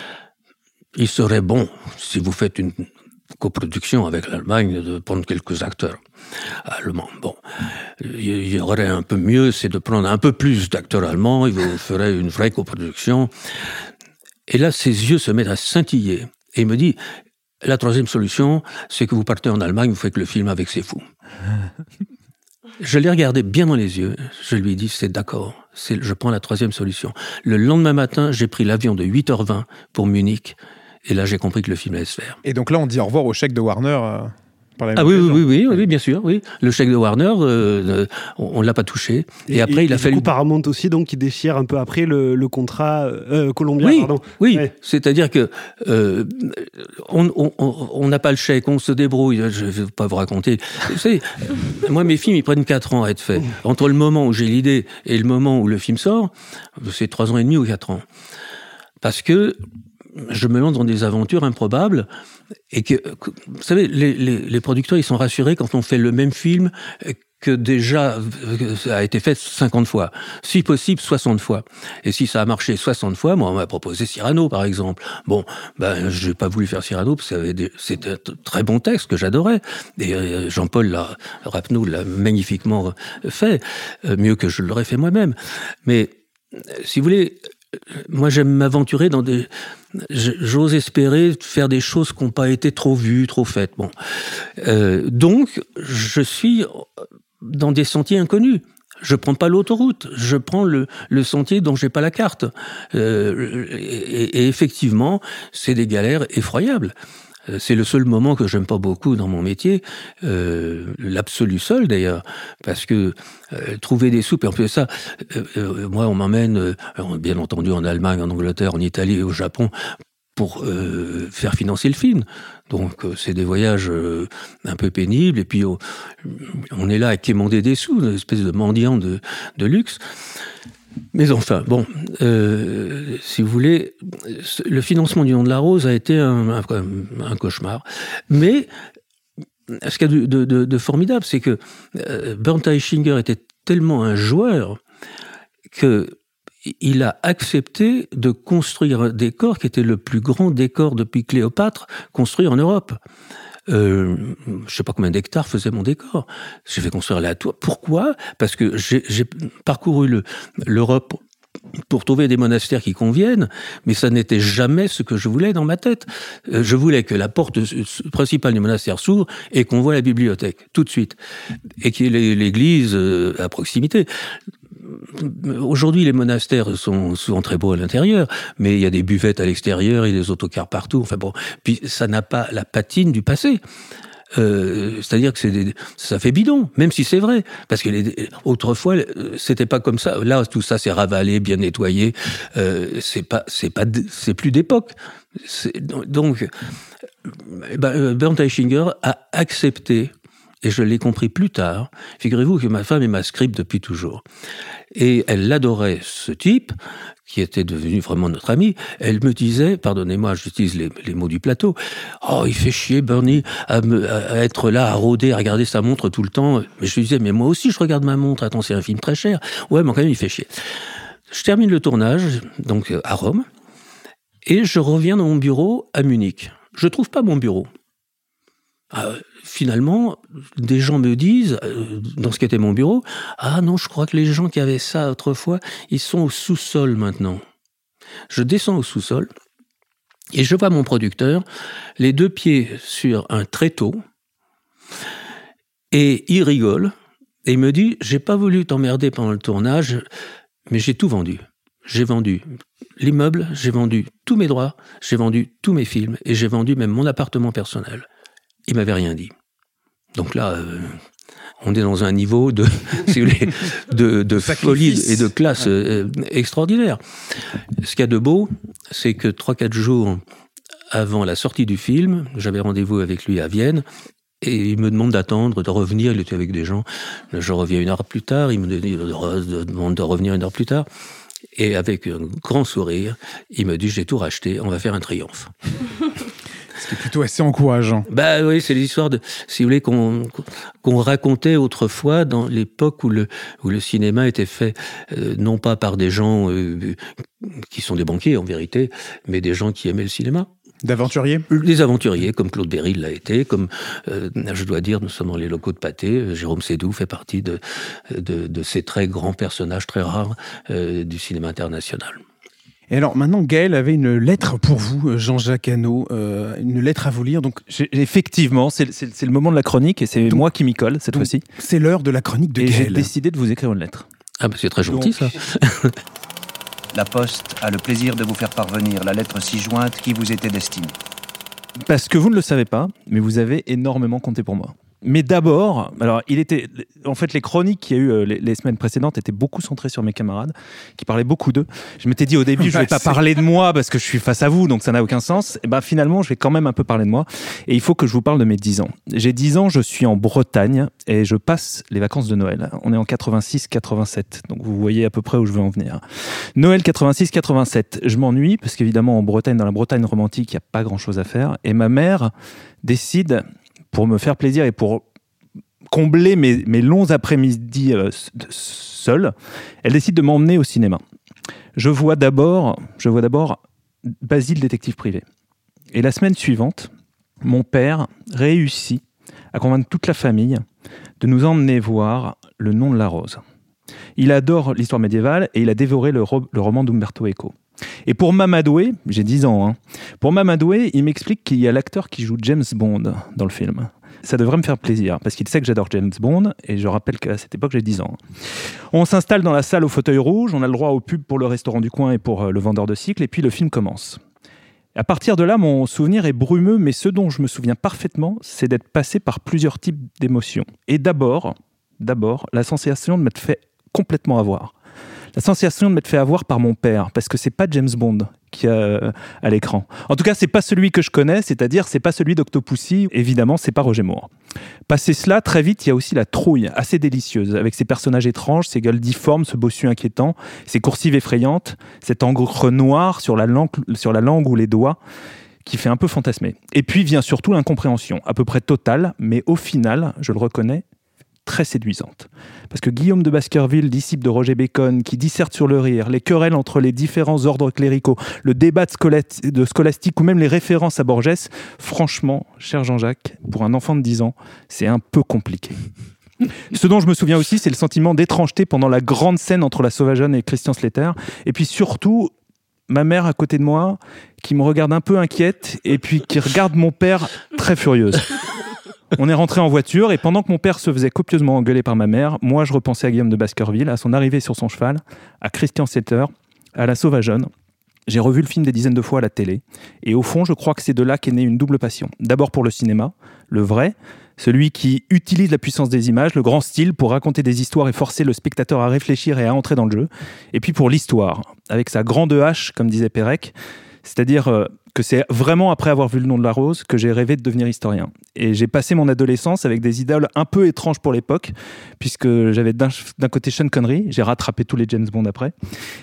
Il serait bon, si vous faites une coproduction avec l'Allemagne, de prendre quelques acteurs allemands. Bon, il y aurait un peu mieux, c'est de prendre un peu plus d'acteurs allemands, il vous ferait une vraie coproduction. Et là, ses yeux se mettent à scintiller. Et il me dit, la troisième solution, c'est que vous partez en Allemagne, vous faites le film avec ces fous. Je l'ai regardé bien dans les yeux. Je lui ai dit, c'est d'accord. C'est, je prends la troisième solution. Le lendemain matin, j'ai pris l'avion de huit heures vingt pour Munich. Et là, j'ai compris que le film allait se faire. Et donc là, on dit au revoir au chèque de Warner euh, par la même Ah oui, occasion. oui, oui, oui, oui, bien sûr. Oui. Le chèque de Warner, euh, on ne l'a pas touché. Et, et après, et, il a et fallu... Du coup, Paramount aussi, donc, qui déchire un peu après le, le contrat euh, colombien. Oui, pardon. oui. Ouais. C'est-à-dire que euh, on n'a pas le chèque, on se débrouille. Je ne vais pas vous raconter. Vous savez, moi, mes films, ils prennent quatre ans à être faits. Entre le moment où j'ai l'idée et le moment où le film sort, c'est trois ans et demi ou quatre ans. Parce que je me lance dans des aventures improbables et que, que vous savez, les, les, les producteurs, ils sont rassurés quand on fait le même film que déjà ça a été fait cinquante fois, si possible soixante fois. Et si ça a marché soixante fois, moi on m'a proposé Cyrano par exemple. Bon, ben j'ai pas voulu faire Cyrano parce que c'était un très bon texte que j'adorais. Et Jean-Paul Rapneau l'a magnifiquement fait, mieux que je l'aurais fait moi-même. Mais si vous voulez, moi, j'aime m'aventurer dans des... J'ose espérer faire des choses qui n'ont pas été trop vues, trop faites. Bon. Euh, donc, je suis dans des sentiers inconnus. Je prends pas l'autoroute, je prends le, le sentier dont j'ai pas la carte. Euh, et, et effectivement, c'est des galères effroyables. C'est le seul moment que j'aime pas beaucoup dans mon métier, euh, l'absolu seul d'ailleurs, parce que euh, trouver des soupes, et en plus de ça, euh, euh, moi on m'emmène, euh, bien entendu en Allemagne, en Angleterre, en Italie et au Japon, pour euh, faire financer le film. Donc euh, c'est des voyages euh, un peu pénibles, et puis on, on est là à quémander des sous, une espèce de mendiant de, de luxe. Mais enfin, bon, euh, si vous voulez, le financement du Nom de la Rose a été un, un, un cauchemar. Mais ce qu'il y a de, de, de formidable, c'est que euh, Bernd Eichinger était tellement un joueur que il a accepté de construire un décor qui était le plus grand décor depuis Cléopâtre construit en Europe. Euh, je sais pas combien d'hectares faisait mon décor. J'ai fait construire la tour. Pourquoi ? Parce que j'ai, j'ai parcouru le, l'Europe pour trouver des monastères qui conviennent, mais ça n'était jamais ce que je voulais dans ma tête. Euh, je voulais que la porte principale du monastère s'ouvre et qu'on voit la bibliothèque tout de suite, et qu'il y ait l'église euh, à proximité. Aujourd'hui, les monastères sont souvent très beaux à l'intérieur, mais il y a des buvettes à l'extérieur, il y a des autocars partout. Enfin bon, puis ça n'a pas la patine du passé. Euh, c'est-à-dire que c'est des, ça fait bidon, même si c'est vrai, parce que les, autrefois c'était pas comme ça. Là, tout ça c'est ravalé, bien nettoyé. Euh, c'est pas, c'est pas, c'est plus d'époque. C'est, donc, ben, Bernd Eichinger a accepté. Et je l'ai compris plus tard. Figurez-vous que ma femme est ma scribe depuis toujours. Et elle adorait ce type, qui était devenu vraiment notre ami. Elle me disait, pardonnez-moi, j'utilise les, les mots du plateau, « Oh, il fait chier, Bernie, à, me, à être là, à rôder, à regarder sa montre tout le temps. » Mais je lui disais, « Mais moi aussi, je regarde ma montre. Attends, c'est un film très cher. » Ouais, mais quand même, il fait chier. Je termine le tournage, donc à Rome, et je reviens dans mon bureau à Munich. Je trouve pas mon bureau. Euh, finalement, des gens me disent, euh, dans ce qui était mon bureau, « Ah non, je crois que les gens qui avaient ça autrefois, ils sont au sous-sol maintenant. » Je descends au sous-sol et je vois mon producteur, les deux pieds sur un tréteau, et il rigole, et il me dit « J'ai pas voulu t'emmerder pendant le tournage, mais j'ai tout vendu. J'ai vendu l'immeuble, j'ai vendu tous mes droits, j'ai vendu tous mes films, et j'ai vendu même mon appartement personnel. » Il m'avait rien dit. Donc là, euh, on est dans un niveau de, si vous voulez, de, de folie et de classe euh, extraordinaire. Ce qu'il y a de beau, c'est que trois, quatre jours avant la sortie du film, j'avais rendez-vous avec lui à Vienne, et il me demande d'attendre, de revenir. Il était avec des gens. Je reviens une heure plus tard. Il me demande de revenir une heure plus tard. Et avec un grand sourire, il me dit « J'ai tout racheté, on va faire un triomphe. » C'est plutôt assez encourageant. Bah oui, c'est l'histoire de, si vous voulez, qu'on, qu'on racontait autrefois dans l'époque où le, où le cinéma était fait, euh, non pas par des gens euh, qui sont des banquiers en vérité, mais des gens qui aimaient le cinéma. D'aventuriers ? Des aventuriers, comme Claude Berry l'a été, comme, euh, je dois dire, nous sommes dans les locaux de Pathé, Jérôme Sédou fait partie de, de, de ces très grands personnages très rares euh, du cinéma international. Et alors maintenant, Gaël avait une lettre pour vous, Jean-Jacques Hano, euh, une lettre à vous lire. Donc, j'ai, effectivement, c'est, c'est, c'est le moment de la chronique et c'est donc, moi qui m'y colle cette fois-ci. C'est l'heure de la chronique de et Gaël. Et j'ai décidé de vous écrire une lettre. Ah bah c'est très gentil donc... ça. La Poste a le plaisir de vous faire parvenir la lettre ci-jointe qui vous était destinée. Parce que vous ne le savez pas, mais vous avez énormément compté pour moi. Mais d'abord, alors il était, en fait, les chroniques qu'il y a eu les, les semaines précédentes étaient beaucoup centrées sur mes camarades, qui parlaient beaucoup d'eux. Je m'étais dit au début, je vais pas parler de moi parce que je suis face à vous, donc ça n'a aucun sens. Et ben finalement, je vais quand même un peu parler de moi. Et il faut que je vous parle de mes dix ans. J'ai dix ans, je suis en Bretagne et je passe les vacances de Noël. On est en quatre-vingt-six quatre-vingt-sept, donc vous voyez à peu près où je veux en venir. Noël quatre-vingt-six quatre-vingt-sept, je m'ennuie parce qu'évidemment en Bretagne, dans la Bretagne romantique, il y a pas grand-chose à faire. Et ma mère décide, pour me faire plaisir et pour combler mes, mes longs après-midi euh, seul, elle décide de m'emmener au cinéma. Je vois d'abord, je vois d'abord Basile, détective privé. Et la semaine suivante, mon père réussit à convaincre toute la famille de nous emmener voir Le Nom de la Rose. Il adore l'histoire médiévale et il a dévoré le, ro- le roman d'Umberto Eco. Et pour m'amadouer, j'ai dix ans, hein, pour m'amadouer, il m'explique qu'il y a l'acteur qui joue James Bond dans le film. Ça devrait me faire plaisir, parce qu'il sait que j'adore James Bond, et je rappelle qu'à cette époque, j'ai dix ans. On s'installe dans la salle au fauteuil rouge, on a le droit aux pubs pour le restaurant du coin et pour le vendeur de cycles, et puis le film commence. À partir de là, mon souvenir est brumeux, mais ce dont je me souviens parfaitement, c'est d'être passé par plusieurs types d'émotions. Et d'abord, d'abord, la sensation de m'être fait complètement avoir. La sensation de m'être fait avoir par mon père, parce que c'est pas James Bond qui a à l'écran. En tout cas, c'est pas celui que je connais, c'est-à-dire c'est pas celui d'Octopussy. Évidemment, c'est pas Roger Moore. Passé cela, très vite, il y a aussi la trouille, assez délicieuse, avec ses personnages étranges, ses gueules difformes, ce bossu inquiétant, ses coursives effrayantes, cette encre noire sur la langue, sur la langue ou les doigts, qui fait un peu fantasmer. Et puis vient surtout l'incompréhension, à peu près totale, mais au final, je le reconnais, très séduisante. Parce que Guillaume de Baskerville, disciple de Roger Bacon, qui disserte sur le rire, les querelles entre les différents ordres cléricaux, le débat de, scolat- de scolastique ou même les références à Borges, franchement, cher Jean-Jacques, pour un enfant de dix ans, c'est un peu compliqué. Ce dont je me souviens aussi, c'est le sentiment d'étrangeté pendant la grande scène entre la Sauvageonne et Christian Slater, et puis surtout, ma mère à côté de moi, qui me regarde un peu inquiète, et puis qui regarde mon père très furieuse. On est rentré en voiture et pendant que mon père se faisait copieusement engueuler par ma mère, moi je repensais à Guillaume de Baskerville, à son arrivée sur son cheval, à Christian Slater, à la Sauvageonne. J'ai revu le film des dizaines de fois à la télé et au fond je crois que c'est de là qu'est née une double passion. D'abord pour le cinéma, le vrai, celui qui utilise la puissance des images, le grand style pour raconter des histoires et forcer le spectateur à réfléchir et à entrer dans le jeu. Et puis pour l'histoire, avec sa grande hache comme disait Pérec, c'est-à-dire... Euh, que c'est vraiment après avoir vu Le Nom de la Rose que j'ai rêvé de devenir historien. Et j'ai passé mon adolescence avec des idoles un peu étranges pour l'époque, puisque j'avais d'un, d'un côté Sean Connery, j'ai rattrapé tous les James Bond après,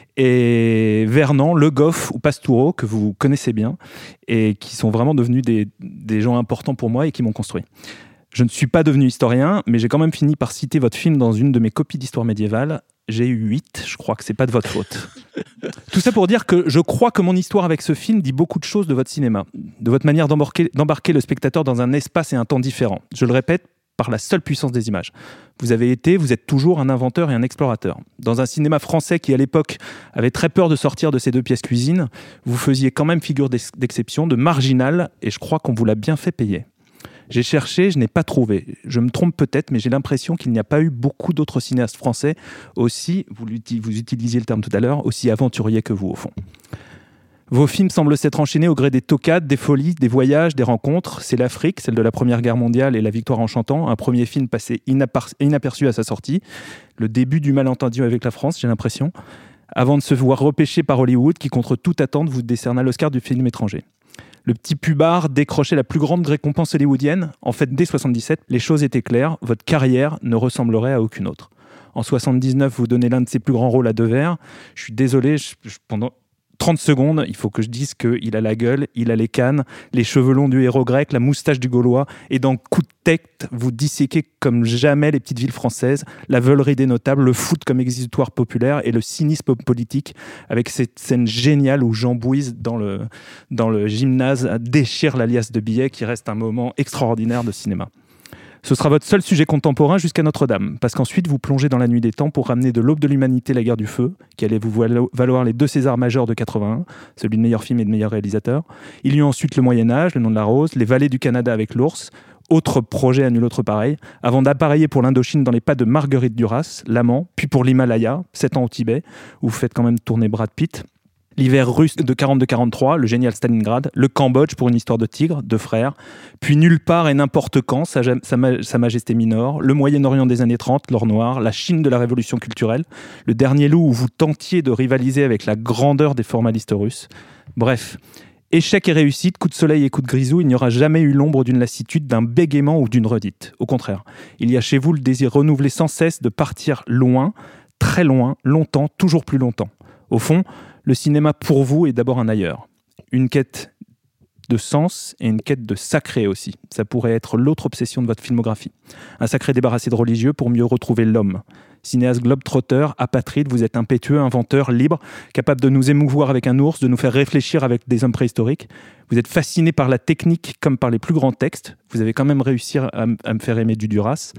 et Vernon, Le Goff ou Pastoureau, que vous connaissez bien, et qui sont vraiment devenus des, des gens importants pour moi et qui m'ont construit. Je ne suis pas devenu historien, mais j'ai quand même fini par citer votre film dans une de mes copies d'histoire médiévale. J'ai eu huit, je crois que c'est pas de votre faute. Tout ça pour dire que je crois que mon histoire avec ce film dit beaucoup de choses de votre cinéma, de votre manière d'embarquer, d'embarquer le spectateur dans un espace et un temps différents. Je le répète, par la seule puissance des images. Vous avez été, vous êtes toujours un inventeur et un explorateur. Dans un cinéma français qui, à l'époque, avait très peur de sortir de ses deux pièces cuisine, vous faisiez quand même figure d'exception, de marginal, et je crois qu'on vous l'a bien fait payer. J'ai cherché, je n'ai pas trouvé. Je me trompe peut-être, mais j'ai l'impression qu'il n'y a pas eu beaucoup d'autres cinéastes français aussi, vous, vous utilisiez le terme tout à l'heure, aussi aventuriers que vous au fond. Vos films semblent s'être enchaînés au gré des toccades, des folies, des voyages, des rencontres. C'est l'Afrique, celle de la Première Guerre mondiale et La Victoire en chantant, un premier film passé inapar- inaperçu à sa sortie. Le début du malentendu avec la France, j'ai l'impression, avant de se voir repêché par Hollywood qui, contre toute attente, vous décerna l'Oscar du film étranger. Le petit pubard décrochait la plus grande récompense hollywoodienne. En fait, dès soixante-dix-sept, les choses étaient claires. Votre carrière ne ressemblerait à aucune autre. En soixante-dix-neuf, vous donnez l'un de ses plus grands rôles à Devers. Je suis désolé, je, je, pendant trente secondes, il faut que je dise qu'il a la gueule, il a les cannes, les cheveux longs du héros grec, la moustache du Gaulois. Et dans Coup de tête, vous disséquez comme jamais les petites villes françaises, la veulerie des notables, le foot comme exutoire populaire et le cynisme politique, avec cette scène géniale où Jean Bouise, dans le, dans le gymnase, déchire la liasse de billets, qui reste un moment extraordinaire de cinéma. Ce sera votre seul sujet contemporain jusqu'à Notre-Dame, parce qu'ensuite vous plongez dans la nuit des temps pour ramener de l'aube de l'humanité la guerre du feu, qui allait vous valoir les deux Césars majeurs de quatre-vingt-un, celui de meilleur film et de meilleur réalisateur. Il y eut ensuite le Moyen-Âge, Le Nom de la Rose, Les Vallées du Canada avec l'ours, autre projet à nul autre pareil, avant d'appareiller pour l'Indochine dans les pas de Marguerite Duras, L'Amant, puis pour l'Himalaya, sept ans au Tibet, où vous faites quand même tourner Brad Pitt. L'hiver russe de quarante-deux quarante-trois, le génial Stalingrad, le Cambodge pour une histoire de tigre, de frères, puis Nulle part et n'importe quand, Sa, sa, sa Majesté Mineure, le Moyen-Orient des années trente, l'or noir, la Chine de la Révolution culturelle, le Dernier loup où vous tentiez de rivaliser avec la grandeur des formalistes russes. Bref, échec et réussite, coup de soleil et coup de grisou, il n'y aura jamais eu l'ombre d'une lassitude, d'un bégaiement ou d'une redite. Au contraire, il y a chez vous le désir renouvelé sans cesse de partir loin, très loin, longtemps, toujours plus longtemps. Au fond, le cinéma pour vous est d'abord un ailleurs. Une quête de sens et une quête de sacré aussi. Ça pourrait être l'autre obsession de votre filmographie. Un sacré débarrassé de religieux pour mieux retrouver l'homme. Cinéaste globe-trotter, apatride, vous êtes impétueux, inventeur, libre, capable de nous émouvoir avec un ours, de nous faire réfléchir avec des hommes préhistoriques. Vous êtes fasciné par la technique comme par les plus grands textes. Vous avez quand même réussi à, m- à me faire aimer du Duras.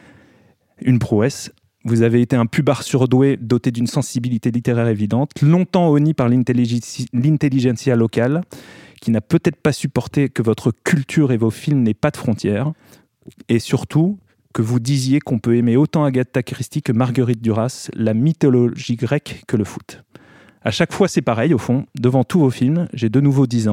Une prouesse. Vous avez été un pubard surdoué, doté d'une sensibilité littéraire évidente, longtemps honni par l'intelligenci- l'intelligentsia locale, qui n'a peut-être pas supporté que votre culture et vos films n'aient pas de frontières, et surtout que vous disiez qu'on peut aimer autant Agatha Christie que Marguerite Duras, la mythologie grecque que le foot. À chaque fois, c'est pareil, au fond. Devant tous vos films, j'ai de nouveau dix ans.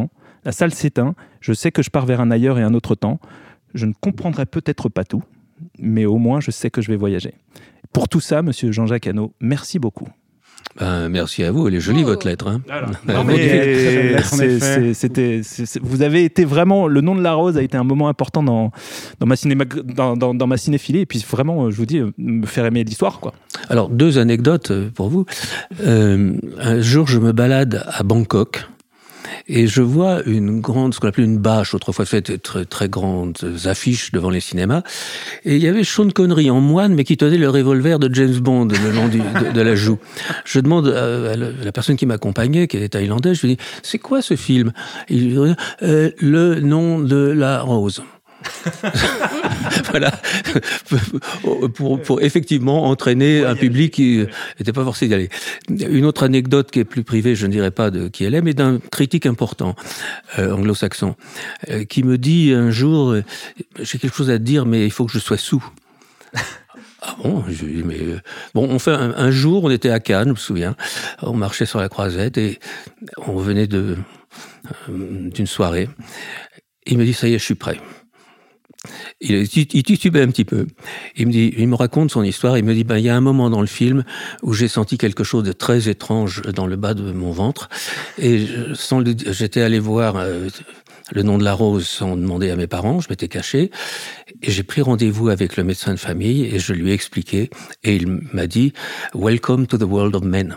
La salle s'éteint, je sais que je pars vers un ailleurs et un autre temps. Je ne comprendrai peut-être pas tout, mais au moins je sais que je vais voyager. Pour tout ça, monsieur Jean-Jacques Hano, merci beaucoup. Ben, merci à vous, elle est jolie, oh. votre lettre. Hein. Non, mais c'est, c'est, c'était, c'est, c'est, vous avez été vraiment, le nom de la rose a été un moment important dans, dans, ma, cinéma, dans, dans, dans ma cinéphilie, et puis vraiment, je vous dis, me faire aimer l'histoire, quoi. Alors, deux anecdotes pour vous. Euh, un jour, je me balade à Bangkok, et je vois une grande, ce qu'on appelait une bâche, autrefois faite très, très grandes affiches devant les cinémas. Et il y avait Sean Connery en moine, mais qui tenait le revolver de James Bond le long du, de, de la joue. Je demande à la personne qui m'accompagnait, qui était thaïlandaise, je lui dis, c'est quoi ce film? Il dit, euh, le nom de la rose. Voilà, pour, pour effectivement entraîner un public qui n'était pas forcé d'y aller. Une autre anecdote qui est plus privée, je ne dirais pas de qui elle est, mais d'un critique important euh, anglo-saxon euh, qui me dit un jour euh, j'ai quelque chose à te dire, mais il faut que je sois sous. Ah bon, je dis, mais bon, on fait un, un jour, on était à Cannes, je me souviens, on marchait sur la Croisette et on venait de euh, d'une soirée. Il me dit ça y est, je suis prêt. Il, il titubait un petit peu. Il me dit, il me raconte son histoire. Il me dit, ben, il y a un moment dans le film où j'ai senti quelque chose de très étrange dans le bas de mon ventre. Et sans le, j'étais allé voir euh, le nom de la rose sans demander à mes parents. Je m'étais caché. Et j'ai pris rendez-vous avec le médecin de famille et je lui ai expliqué. Et il m'a dit, welcome to the world of men.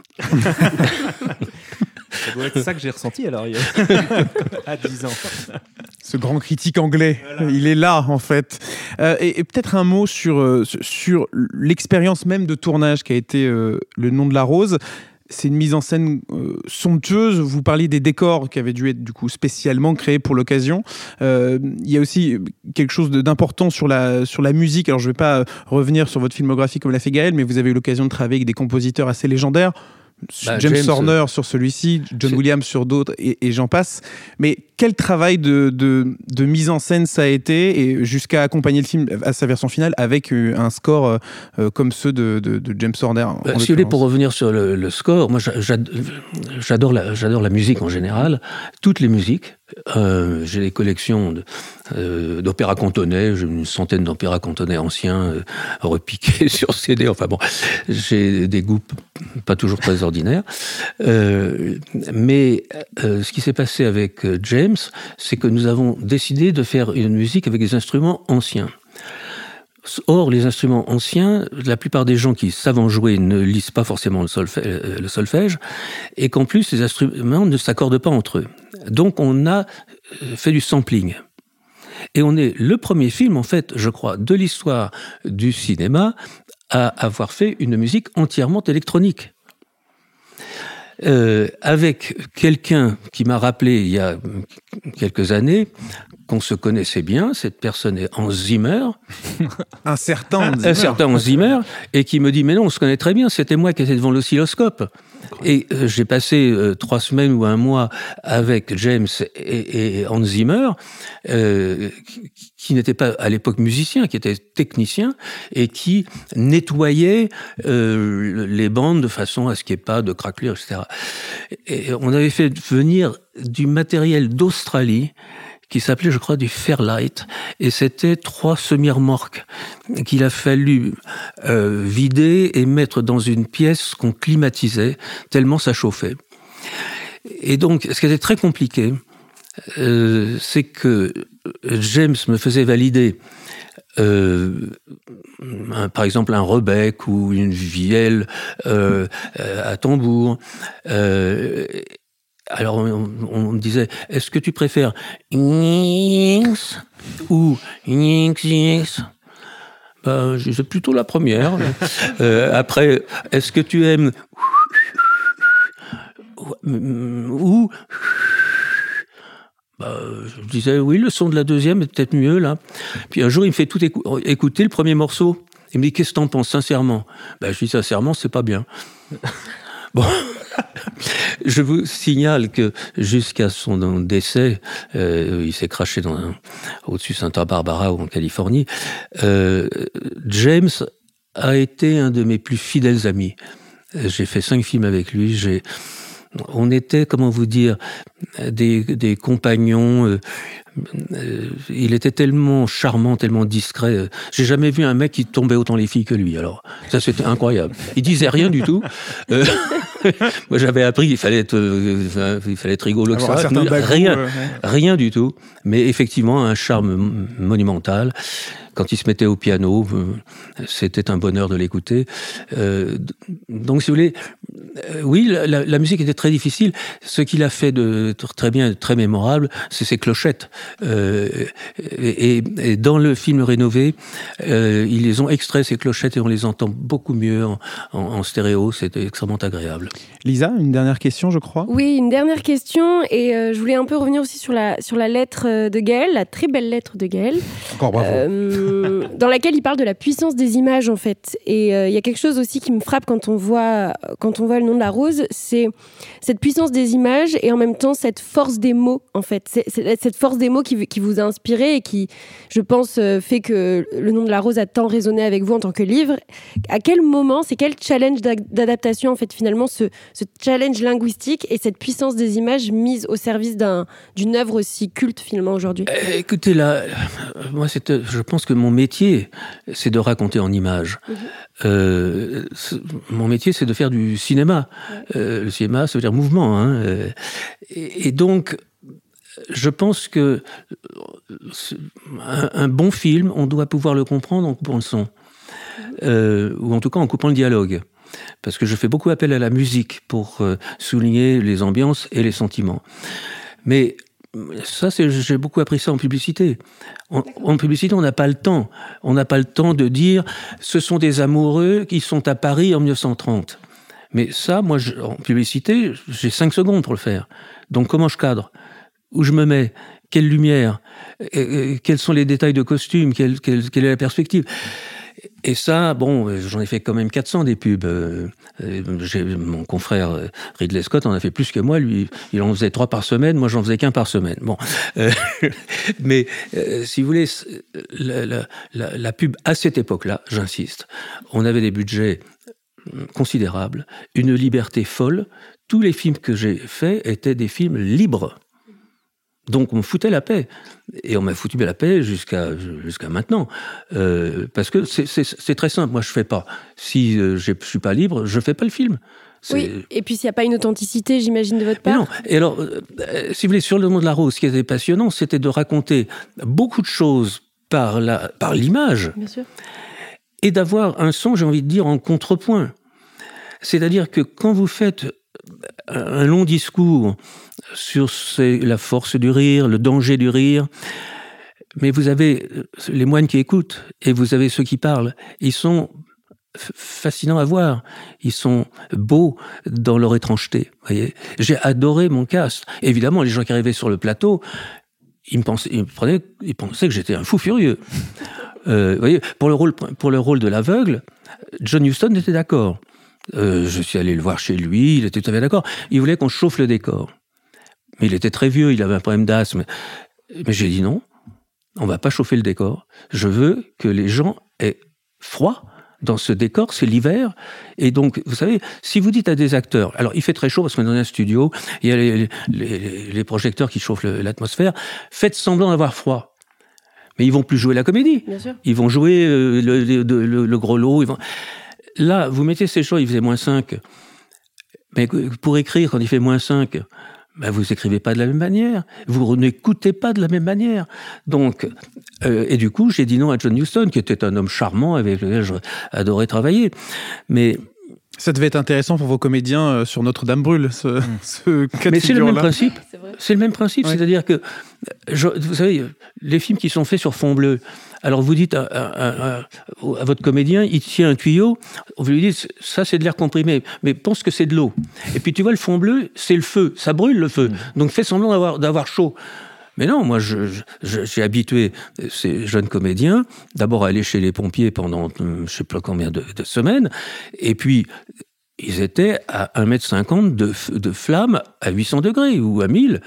Ça doit être ça que j'ai ressenti alors, à dix ans. Ce grand critique anglais, voilà. Il est là en fait. Euh, et, et peut-être un mot sur, euh, sur l'expérience même de tournage qui a été euh, le nom de la rose. C'est une mise en scène euh, somptueuse. Vous parliez des décors qui avaient dû être du coup spécialement créés pour l'occasion. Euh, il y a aussi quelque chose de, d'important sur la, sur la musique. Alors je ne vais pas revenir sur votre filmographie comme l'a fait Gaël, mais vous avez eu l'occasion de travailler avec des compositeurs assez légendaires. Bah, James, James Horner euh... sur celui-ci, John c'est... Williams sur d'autres, et, et j'en passe. Mais quel travail de, de, de mise en scène ça a été, et jusqu'à accompagner le film à sa version finale avec un score euh, comme ceux de, de, de James Horner. Bah, si vous voulez, pour revenir sur le, le score, moi j'adore la, j'adore la musique en général, toutes les musiques. Euh, j'ai des collections de, euh, d'opéras cantonais, j'ai une centaine d'opéras cantonais anciens euh, repiqués sur C D. Enfin bon, j'ai des goûts pas toujours très ordinaires. Euh, mais euh, ce qui s'est passé avec James, c'est que nous avons décidé de faire une musique avec des instruments anciens. Or, les instruments anciens, la plupart des gens qui savent en jouer ne lisent pas forcément le solfège, le solfège, et qu'en plus, les instruments ne s'accordent pas entre eux. Donc, on a fait du sampling. Et on est le premier film, en fait, je crois, de l'histoire du cinéma à avoir fait une musique entièrement électronique. Euh, avec quelqu'un qui m'a rappelé il y a quelques années qu'on se connaissait bien, cette personne est Hans Zimmer. Un certain Hans Zimmer. Un certain Hans Zimmer, et qui me dit, mais non, on se connaît très bien, c'était moi qui étais devant l'oscilloscope. Et euh, j'ai passé euh, trois semaines ou un mois avec James et, et Hans Zimmer, euh, qui, qui n'était pas à l'époque musicien, qui était technicien, et qui nettoyait euh, les bandes de façon à ce qu'il n'y ait pas de craquelure, et cetera. Et on avait fait venir du matériel d'Australie, qui s'appelait, je crois, du Fairlight, et c'était trois semi-remorques qu'il a fallu euh, vider et mettre dans une pièce qu'on climatisait, tellement ça chauffait. Et donc, ce qui était très compliqué, euh, c'est que James me faisait valider Euh, un, par exemple un rebec ou une vielle euh, à tambour. Euh, alors on, on disait, est-ce que tu préfères Nix ou Nix Nix? Ben, je disais plutôt la première. euh, après, est-ce que tu aimes ou Bah, je disais, oui, le son de la deuxième est peut-être mieux, là. Puis un jour, il me fait tout écou- écouter le premier morceau. Il me dit, qu'est-ce que t'en penses, sincèrement? Bah, je dis, sincèrement, c'est pas bien. Bon. Je vous signale que jusqu'à son décès, euh, il s'est craché dans un, au-dessus de Santa Barbara ou en Californie, euh, James a été un de mes plus fidèles amis. J'ai fait cinq films avec lui, j'ai on était, comment vous dire, des, des compagnons. Euh, euh, il était tellement charmant, tellement discret. Euh, j'ai jamais vu un mec qui tombait autant les filles que lui. Alors, ça, c'était incroyable. Il disait rien du tout. Euh, moi, j'avais appris qu'il fallait être, euh, il fallait être rigolo que ça. Rien, bagou, euh, ouais. rien du tout. Mais effectivement, un charme monumental. Quand il se mettait au piano, c'était un bonheur de l'écouter. Euh, donc, si vous voulez, euh, oui, la, la musique était très difficile. Ce qu'il a fait de très bien, très mémorable, c'est ses clochettes. Euh, et, et dans le film rénové, euh, ils les ont extraits, ces clochettes, et on les entend beaucoup mieux en, en, en stéréo. C'était extrêmement agréable. Lisa, une dernière question, je crois. Oui, une dernière question. Et euh, je voulais un peu revenir aussi sur la, sur la lettre de Gaël, la très belle lettre de Gaël. Encore bravo. Euh, dans laquelle il parle de la puissance des images, en fait. Et il euh, y a quelque chose aussi qui me frappe quand on voit, quand on voit Le Nom de la Rose, c'est cette puissance des images et en même temps cette force des mots, en fait. C'est, c'est cette force des mots qui, qui vous a inspiré et qui, je pense, euh, fait que Le Nom de la Rose a tant résonné avec vous en tant que livre. À quel moment, c'est quel challenge d'adaptation, en fait, finalement, ce, ce challenge linguistique et cette puissance des images mise au service d'un, d'une œuvre aussi culte, finalement, aujourd'hui ? euh, Écoutez, là, moi, c'est, je pense que mon métier, c'est de raconter en images. Mmh. Euh, mon métier, c'est de faire du cinéma. Ouais. Euh, le cinéma, ça veut dire mouvement. Hein. Et, et donc, je pense que un, un bon film, on doit pouvoir le comprendre en coupant le son. Mmh. Euh, ou en tout cas en coupant le dialogue. Parce que je fais beaucoup appel à la musique pour euh, souligner les ambiances et les sentiments. Mais ça, c'est, j'ai beaucoup appris ça en publicité. En, en publicité, on n'a pas le temps. On n'a pas le temps de dire « ce sont des amoureux qui sont à Paris en dix-neuf cent trente ». Mais ça, moi, je, en publicité, j'ai cinq secondes pour le faire. Donc, comment je cadre ? Où je me mets ? Quelle lumière ? et, et, Quels sont les détails de costume ? quelle, quelle, quelle est la perspective ? Et ça, bon, j'en ai fait quand même quatre cents des pubs. Euh, j'ai, mon confrère Ridley Scott en a fait plus que moi. Lui, il en faisait trois par semaine. Moi, j'en faisais qu'un par semaine. Bon, euh, mais euh, si vous voulez, la, la, la, la pub à cette époque-là, j'insiste, on avait des budgets considérables, une liberté folle. Tous les films que j'ai faits étaient des films libres. Donc on me foutait la paix. Et on m'a foutu la paix jusqu'à, jusqu'à maintenant. Euh, parce que c'est, c'est, c'est très simple. Moi, je fais pas. Si euh, je suis pas libre, je fais pas le film. C'est... Oui, et puis s'il n'y a pas une authenticité, j'imagine, de votre part. Mais non. Et alors, euh, si vous voulez, sur Le Nom de la Rose, ce qui était passionnant, c'était de raconter beaucoup de choses par, la, par l'image. Bien sûr. Et d'avoir un son, j'ai envie de dire, en contrepoint. C'est-à-dire que quand vous faites un long discours sur la force du rire, le danger du rire, mais vous avez les moines qui écoutent et vous avez ceux qui parlent. Ils sont fascinants à voir. Ils sont beaux dans leur étrangeté. Voyez, j'ai adoré mon cast. Évidemment, les gens qui arrivaient sur le plateau, ils me pensaient, ils me prenaient, ils pensaient que j'étais un fou furieux. Euh, voyez, pour le rôle, pour le rôle de l'aveugle, John Huston était d'accord. Euh, je suis allé le voir chez lui, il était tout à fait d'accord. Il voulait qu'on chauffe le décor. Mais il était très vieux, il avait un problème d'asthme. Mais j'ai dit non, on va pas chauffer le décor. Je veux que les gens aient froid dans ce décor, c'est l'hiver. Et donc, vous savez, si vous dites à des acteurs, alors il fait très chaud parce qu'on est dans un studio, il y a les, les, les projecteurs qui chauffent le, l'atmosphère, faites semblant d'avoir froid. Mais ils vont plus jouer la comédie. Bien sûr. Ils vont jouer euh, le, le, le, le gros lot, ils vont... Là, vous mettez ces choses, il faisait moins cinq. Mais pour écrire, quand il fait moins cinq, ben vous écrivez pas de la même manière. Vous n'écoutez pas de la même manière. Donc, euh, et du coup, j'ai dit non à John Huston, qui était un homme charmant avec lequel j'adorais travailler. Mais... Ça devait être intéressant pour vos comédiens euh, sur Notre-Dame brûle, ce, mmh. ce cas de Mais c'est le même là. principe. C'est, c'est le même principe. Ouais. C'est-à-dire que, je, vous savez, les films qui sont faits sur fond bleu, alors vous dites à, à, à, à votre comédien, il tient un tuyau, vous lui dites, ça c'est de l'air comprimé, mais pense que c'est de l'eau. Et puis tu vois, le fond bleu, c'est le feu, ça brûle le feu. Mmh. Donc fais semblant d'avoir, d'avoir chaud. Mais non, moi, je, je, j'ai habitué ces jeunes comédiens d'abord à aller chez les pompiers pendant je ne sais pas combien de, de semaines, et puis ils étaient à un mètre cinquante de, de flamme à huit cents degrés ou à mille.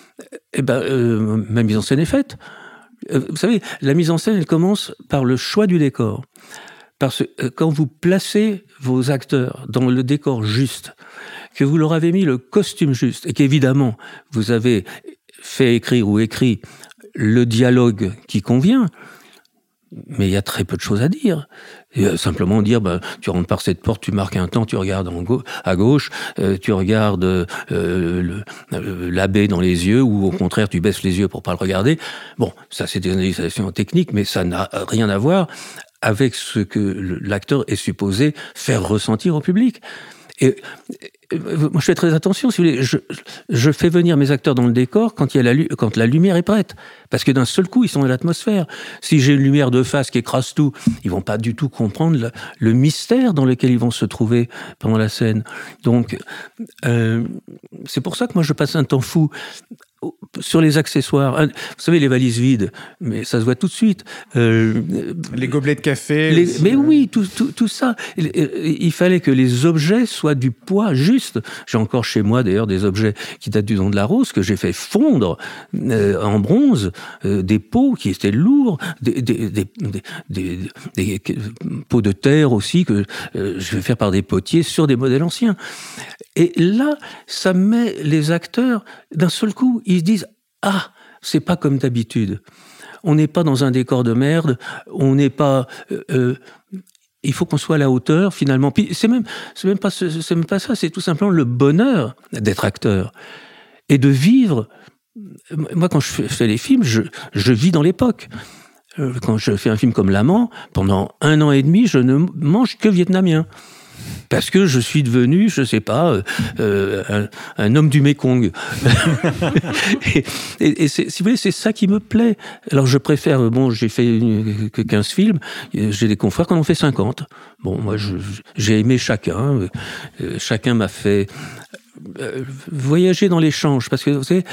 Et ben, euh, ma mise en scène est faite. Euh, vous savez, la mise en scène, elle commence par le choix du décor. Parce que euh, quand vous placez vos acteurs dans le décor juste, que vous leur avez mis le costume juste et qu'évidemment vous avez fait écrire ou écrit le dialogue qui convient, mais il y a très peu de choses à dire. Et, euh, simplement dire, bah, tu rentres par cette porte, tu marques un temps, tu regardes en gau- à gauche, euh, tu regardes euh, le, euh, l'abbé dans les yeux, ou au contraire, tu baisses les yeux pour pas le regarder. Bon, ça c'est des analysations techniques, mais ça n'a rien à voir avec ce que l'acteur est supposé faire ressentir au public. Et, et moi, je fais très attention. Si vous voulez, je, je fais venir mes acteurs dans le décor quand, il y a la, quand la lumière est prête, parce que d'un seul coup, ils sont dans l'atmosphère. Si j'ai une lumière de face qui écrase tout, ils vont pas du tout comprendre le, le mystère dans lequel ils vont se trouver pendant la scène. Donc, euh, c'est pour ça que moi, je passe un temps fou sur les accessoires. Vous savez, les valises vides, mais ça se voit tout de suite. Euh, les gobelets de café. Les, aussi, mais euh... oui, tout, tout, tout ça. Il, il fallait que les objets soient du poids juste. J'ai encore chez moi, d'ailleurs, des objets qui datent du Don de la Rose, que j'ai fait fondre euh, en bronze, euh, des pots qui étaient lourds, des, des, des, des, des, des, des pots de terre aussi, que euh, je vais faire par des potiers sur des modèles anciens. Et là, ça met les acteurs, d'un seul coup, ils se disent « Ah, c'est pas comme d'habitude. On n'est pas dans un décor de merde, on n'est pas... Euh, il faut qu'on soit à la hauteur, finalement. » Puis c'est même, c'est même pas, c'est même pas ça, c'est tout simplement le bonheur d'être acteur. Et de vivre... Moi, quand je fais les films, je, je vis dans l'époque. Quand je fais un film comme L'Amant, pendant un an et demi, je ne mange que vietnamien. Parce que je suis devenu, je sais pas, euh, un, un homme du Mékong. et et, et c'est, si vous voulez, c'est ça qui me plaît. Alors je préfère, bon, j'ai fait une, que quinze films, j'ai des confrères qui en ont fait cinquante. Bon, moi, je, j'ai aimé chacun. Euh, chacun m'a fait euh, voyager dans l'échange. Parce que, vous savez,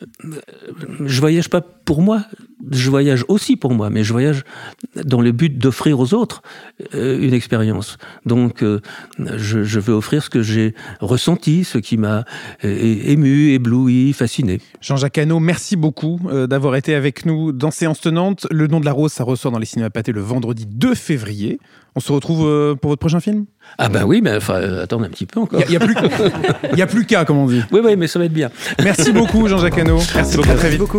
je voyage pas pour moi, je voyage aussi pour moi, mais je voyage dans le but d'offrir aux autres euh, une expérience. Donc, euh, je, je veux offrir ce que j'ai ressenti, ce qui m'a euh, ému, ébloui, fasciné. Jean-Jacques Hano, merci beaucoup euh, d'avoir été avec nous dans Séance Tenante. Le Don de la Rose, ça ressort dans les cinémas Pathé le vendredi deux février. On se retrouve euh, pour votre prochain film ? Ah ben oui, mais enfin, euh, attends un petit peu encore. Il n'y a, a, a plus qu'à, comme on dit. Oui, oui, mais ça va être bien. Merci beaucoup, Jean-Jacques Hano. Merci beaucoup. Très, très vite. Merci beaucoup.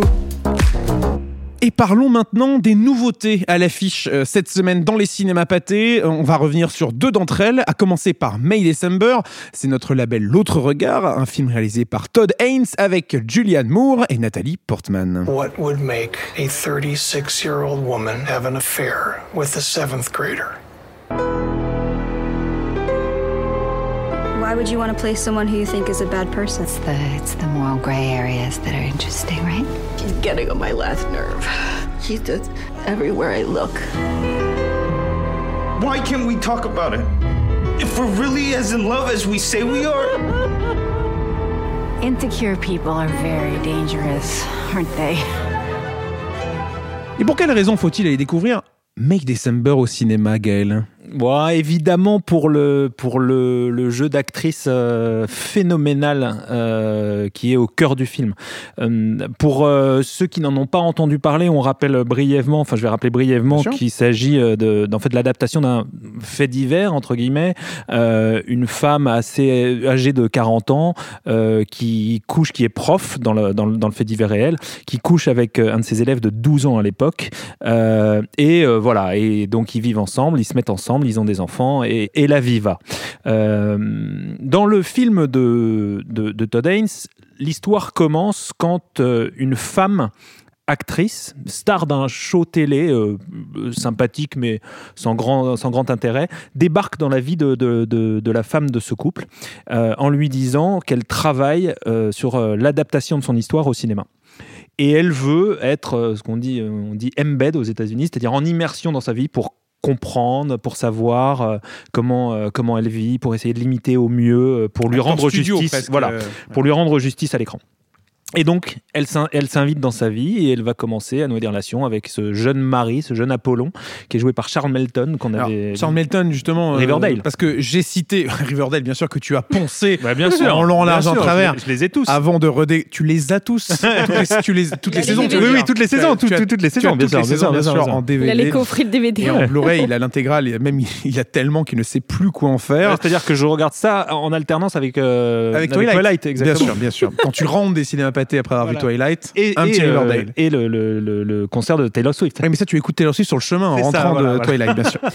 Et parlons maintenant des nouveautés à l'affiche euh, cette semaine dans les cinémas Pathé. On va revenir sur deux d'entre elles, à commencer par May December. C'est notre label L'Autre Regard, un film réalisé par Todd Haynes avec Julianne Moore et Nathalie Portman. What would make a thirty-six-year-old woman have an affair with a seventh grader? Why would you want to play someone who you think is a bad person? It's the, it's the moral gray areas that are interesting, right? He's getting on my last nerve. He's just everywhere I look. Why can't we talk about it? If we're really as in love as we say we are? Insecure people are very dangerous, aren't they? Et pour quelle raison faut-il aller découvrir May December au cinéma, Gaël ? Ouais, évidemment pour le pour le, le jeu d'actrice euh, phénoménal euh, qui est au cœur du film. Euh, pour euh, ceux qui n'en ont pas entendu parler, on rappelle brièvement, enfin je vais rappeler brièvement qu'il s'agit de d'en fait de l'adaptation d'un fait divers entre guillemets, euh, une femme assez âgée de quarante ans euh, qui couche, qui est prof dans le dans le, dans le fait divers réel, qui couche avec un de ses élèves de douze ans à l'époque euh, et euh, voilà, et donc ils vivent ensemble, ils se mettent ensemble, ils ont des enfants et, et la vie va. Euh, dans le film de, de, de Todd Haynes, l'histoire commence quand euh, une femme actrice, star d'un show télé euh, sympathique mais sans grand, sans grand intérêt, débarque dans la vie de, de, de, de la femme de ce couple euh, en lui disant qu'elle travaille euh, sur euh, l'adaptation de son histoire au cinéma. Et elle veut être euh, ce qu'on dit, euh, on dit embed aux États-Unis, c'est-à-dire en immersion dans sa vie pour comprendre, pour savoir euh, comment euh, comment elle vit, pour essayer de l'imiter au mieux, euh, pour lui Acteur rendre studio, justice, presque, voilà, euh, pour lui rendre justice à l'écran. Et donc, elle, s'in- elle s'invite dans sa vie et elle va commencer à nouer des relations avec ce jeune mari, ce jeune Apollon, qui est joué par Charles Melton, qu'on Alors, avait... Charles Melton, justement. euh, Riverdale. Parce que j'ai cité Riverdale, bien sûr, que tu as poncé Bah, bien sûr, en long, en bien large, en sûr, travers. Je, les- je les ai tous. Avant de redé... Tu les as tous. toutes les, tu les, toutes les Il a saisons. les tu veux D V D. dire. Oui, oui, toutes les Tu as- saisons, tu as- toutes- toutes les tu as saisons, bien toutes sûr, les bien saisons, sûr, bien bien sûr, sûr. en D V D. Il a les coffrets de D V D. Et en Blu-ray, il a l'intégrale. Et même, il, il a tellement qu'il ne sait plus quoi en faire. Ouais, c'est-à-dire que je regarde ça en alternance avec, euh, Avec Twilight. exactement. Bien sûr, bien sûr. Quand tu rentres des cinémas pâtés après avoir Voilà. vu Twilight, Et, un et, petit euh, Riverdale. et le, le, le, le concert de Taylor Swift. Oui, mais ça, tu écoutes Taylor Swift sur le chemin en C'est ça, rentrant voilà, de voilà. Twilight, bien sûr.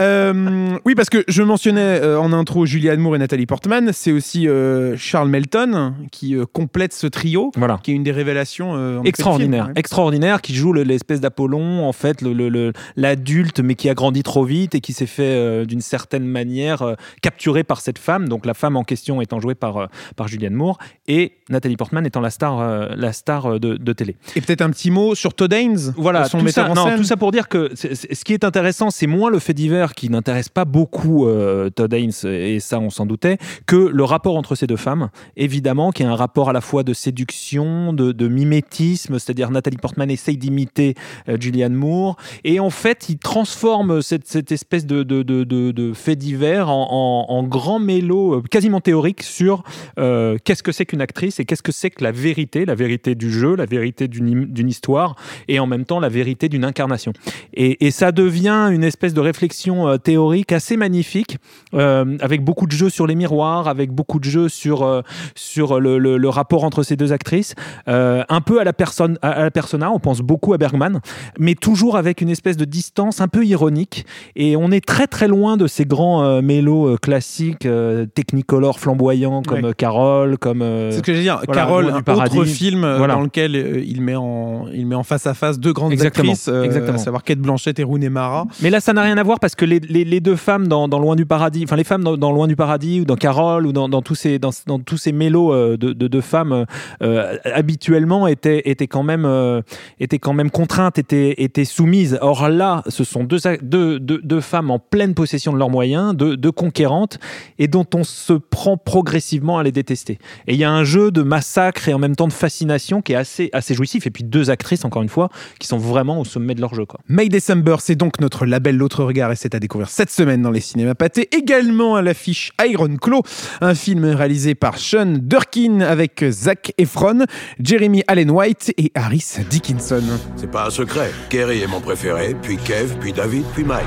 Euh, oui, parce que je mentionnais euh, en intro Julianne Moore et Nathalie Portman. C'est aussi euh, Charles Melton qui euh, complète ce trio, Voilà. qui est une des révélations euh, en effet, Extraordinaire, du film, ouais. extraordinaire, qui joue le- l'espèce d'Apollon, en fait, le- le- le- l'adulte, mais qui a grandi trop vite et qui s'est fait euh, d'une certaine manière euh, capturer par cette femme. Donc la femme en question étant jouée par, euh, par Julianne Moore et Nathalie Portman étant la star, euh, la star euh, de, de télé. Et peut-être un petit mot sur Todd Haynes, Voilà, son tout metteur ça, en non, scène. tout ça pour dire que c'est- c'est- ce qui est intéressant, c'est moins le fait divers qui n'intéresse pas beaucoup euh, Todd Haynes, et ça on s'en doutait, que le rapport entre ces deux femmes, évidemment, qui est un rapport à la fois de séduction, de, de mimétisme, c'est-à-dire Nathalie Portman essaye d'imiter euh, Julianne Moore, et en fait il transforme cette, cette espèce de, de, de, de, de fait divers en, en, en grand mélo euh, quasiment théorique sur euh, qu'est-ce que c'est qu'une actrice et qu'est-ce que c'est que la vérité, la vérité du jeu, la vérité d'une, im- d'une histoire, et en même temps la vérité d'une incarnation. Et, et ça devient une espèce de réflexion euh, théorique assez magnifique, euh, avec beaucoup de jeux sur les miroirs, avec beaucoup de jeux sur, euh, sur le, le, le rapport entre ces deux actrices, euh, un peu à la, personne, à, à la persona, on pense beaucoup à Bergman, mais toujours avec une espèce de distance un peu ironique, et on est très très loin de ces grands euh, mélos euh, classiques, euh, technicolor flamboyants, comme Ouais. euh, Carole, comme... euh, C'est ce que j'allais dire. voilà, Carole, Loin du un paradis. autre film euh, Voilà. dans lequel euh, il, met en, il met en face à face deux grandes Exactement, actrices, euh, exactement. à savoir Kate Blanchett et Rooney Mara. Mais là, ça n'a rien à voir parce que les, les, les deux femmes dans, dans Loin du Paradis, enfin les femmes dans, dans Loin du Paradis ou dans Carole ou dans, dans tous ces dans, dans tous ces mélos euh, de, de, de femmes euh, habituellement étaient étaient quand même euh, étaient quand même contraintes, étaient étaient soumises. Or là, ce sont deux deux, deux, deux femmes en pleine possession de leurs moyens, deux, deux conquérantes, et dont on se prend progressivement à les détester. Et il y a un jeu de massacre et en même temps de fascination qui est assez assez jouissif. Et puis deux actrices, encore une fois, qui sont vraiment au sommet de leur jeu, quoi. May December, c'est donc notre label L'Autre Regard et c'est à découvrir cette semaine dans les cinémas pâtés. Également à l'affiche Iron Claw, un film réalisé par Sean Durkin avec Zac Efron, Jeremy Allen White et Harris Dickinson. C'est pas un secret. Kerry est mon préféré, puis Kev, puis David, puis Mike.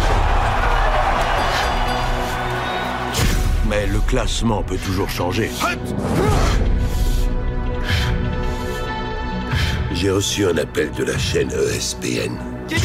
Mais le classement peut toujours changer. J'ai reçu un appel de la chaîne E S P N.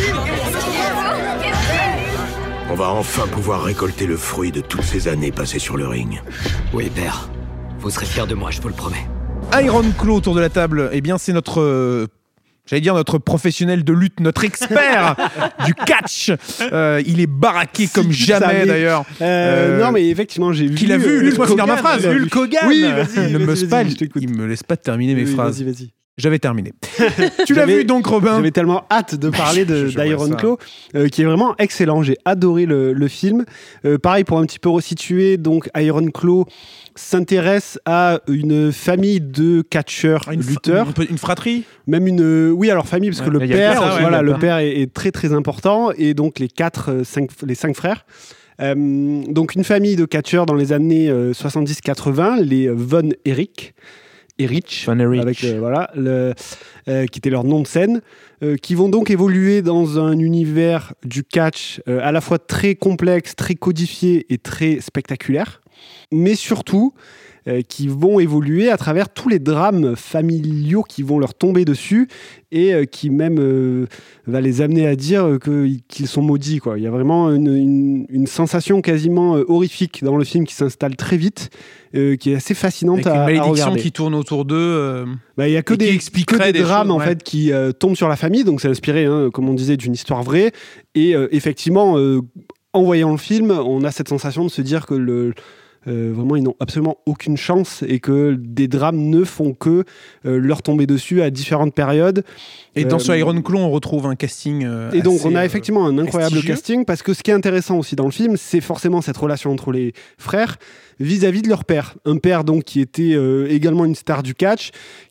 On va enfin pouvoir récolter le fruit de toutes ces années passées sur le ring. Oui, père. Vous serez fiers de moi, je vous le promets. Iron Claw autour de la table, eh bien c'est notre... euh, J'allais dire notre professionnel de lutte, notre expert du catch. Euh, il est baraqué comme Si tu jamais savais. d'ailleurs. Euh, Euh, non, mais effectivement, j'ai vu. Qui l'a vu euh, Laisse-moi Hulk finir ma Hogan, phrase. il a vu. Hulk Hogan. Oui, vas-y. Il ne me vas-y, spoil- vas-y, je t'écoute. il me laisse pas terminer mes Oui, phrases. Vas-y, vas-y. J'avais terminé. Tu l'as J'avais- vu donc, Robin? J'avais tellement hâte de parler de- Je- je vois d'Iron ça. Claw, euh, qui est vraiment excellent. J'ai adoré le, le film. Euh, pareil, pour un petit peu resituer, donc Iron Claw s'intéresse à une famille de catcheurs, Ah, une, fr- lutteurs. une, une fratrie. Même une, euh, oui, alors famille, parce que Ouais, le il y a le père, père, ouais, voilà, il y a le le père est, est très très important, et donc les quatre, euh, cinq, les cinq frères. Euh, donc une famille de catcheurs dans les années euh, soixante-dix quatre-vingts, les Von Erich. Erich, Von Erich. avec euh, voilà, le, euh, qui était leur nom de scène, euh, qui vont donc évoluer dans un univers du catch euh, à la fois très complexe, très codifié et très spectaculaire, mais surtout euh, qui vont évoluer à travers tous les drames familiaux qui vont leur tomber dessus et euh, qui même euh, va les amener à dire euh, que, qu'ils sont maudits, quoi. Il y a vraiment une, une, une sensation quasiment euh, horrifique dans le film qui s'installe très vite, euh, qui est assez fascinante Avec à, une à malédiction regarder. qui tourne autour d'eux. euh, Bah, il y a que et qui des, expliquerait que des, des drames choses, en ouais. fait qui euh, tombent sur la famille, donc c'est inspiré, hein, comme on disait, d'une histoire vraie. Et euh, effectivement, euh, en voyant le film, on a cette sensation de se dire que le Euh, vraiment, ils n'ont absolument aucune chance et que des drames ne font que euh, leur tomber dessus à différentes périodes. Et dans Euh, ce Iron Claw, on retrouve un casting. euh, Et donc, assez, on a euh, effectivement un incroyable prestigieux. casting, parce que ce qui est intéressant aussi dans le film, c'est forcément cette relation entre les frères vis-à-vis de leur père. Un père donc qui était euh, également une star du catch,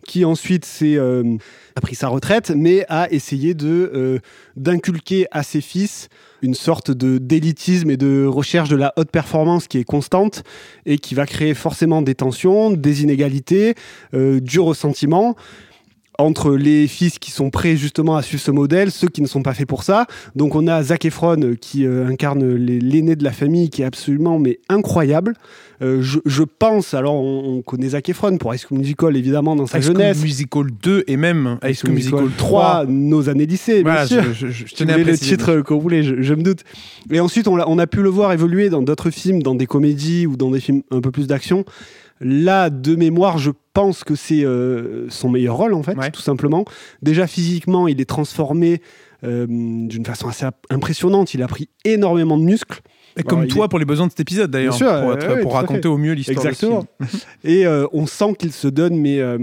qui ensuite s'est, euh, a pris sa retraite, mais a essayé de, euh, d'inculquer à ses fils une sorte de, d'élitisme et de recherche de la haute performance qui est constante et qui va créer forcément des tensions, des inégalités, euh, du ressentiment entre les fils qui sont prêts justement à suivre ce modèle, ceux qui ne sont pas faits pour ça. Donc on a Zac Efron qui euh, incarne les, l'aîné de la famille, qui est absolument mais incroyable. Euh, je, je pense, alors on, on connaît Zac Efron pour High School Musical évidemment dans sa High jeunesse. School Musical deux et même High School Musical trois, nos années lycée, voilà, bien sûr. Je, je, je Si tenais vous à voulez le préciser. titre qu'on voulait, je, je me doute. Et ensuite on a, on a pu le voir évoluer dans d'autres films, dans des comédies ou dans des films un peu plus d'action. Là, de mémoire, je pense que c'est euh, son meilleur rôle, en fait, ouais. tout simplement. Déjà, physiquement, il est transformé euh, d'une façon assez impressionnante. Il a pris énormément de muscles. Et comme Alors, toi, est... pour les besoins de cet épisode, d'ailleurs, sûr, pour, être, ouais, pour raconter au mieux l'histoire. Exactement. Et euh, on sent qu'il se donne, mais euh,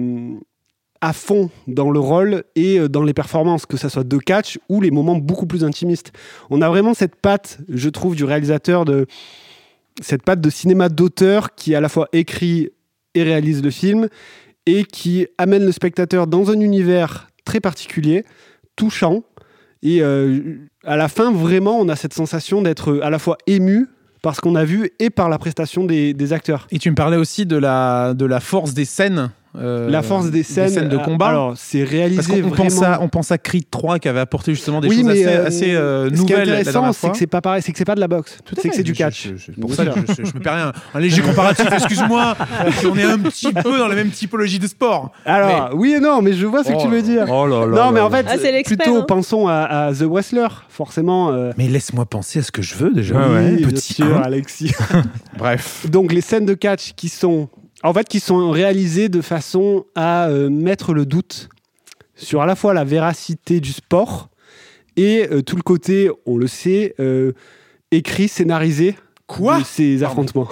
à fond dans le rôle et euh, dans les performances, que ça soit de catch ou les moments beaucoup plus intimistes. On a vraiment cette patte, je trouve, du réalisateur de... cette patte de cinéma d'auteur qui à la fois écrit et réalise le film et qui amène le spectateur dans un univers très particulier, touchant, et euh, à la fin vraiment on a cette sensation d'être à la fois ému par ce qu'on a vu et par la prestation des, des acteurs. Et tu me parlais aussi de la, de la force des scènes. Euh, la force des scènes, des scènes de combat. Alors, c'est réalisé Parce qu'on vraiment... pense à, on pense à Creed trois qui avait apporté justement des oui, choses mais assez, euh, assez euh, ce qui est nouvelles. intéressant, c'est que c'est pas pareil, c'est que c'est pas de la boxe, Tout à c'est fait. que c'est du Je- catch. je- je- pour ça, je, je, je me permets un, un léger comparatif. Excuse-moi, on est un petit peu dans la même typologie de sport. Alors, Mais- oui et non, mais je vois ce Oh que tu veux dire. oh là là non, mais là en fait, Ah, c'est l'expert, plutôt hein. pensons à, à The Wrestler, forcément. euh, Mais laisse-moi penser à ce que je veux déjà. oui, bien Petit sûr, un. Alexis. Bref. Donc, les scènes de catch qui sont, en fait, qui sont réalisées de façon à euh, mettre le doute sur à la fois la véracité du sport et euh, tout le côté, on le sait, euh, écrit, scénarisé Quoi de ces affrontements.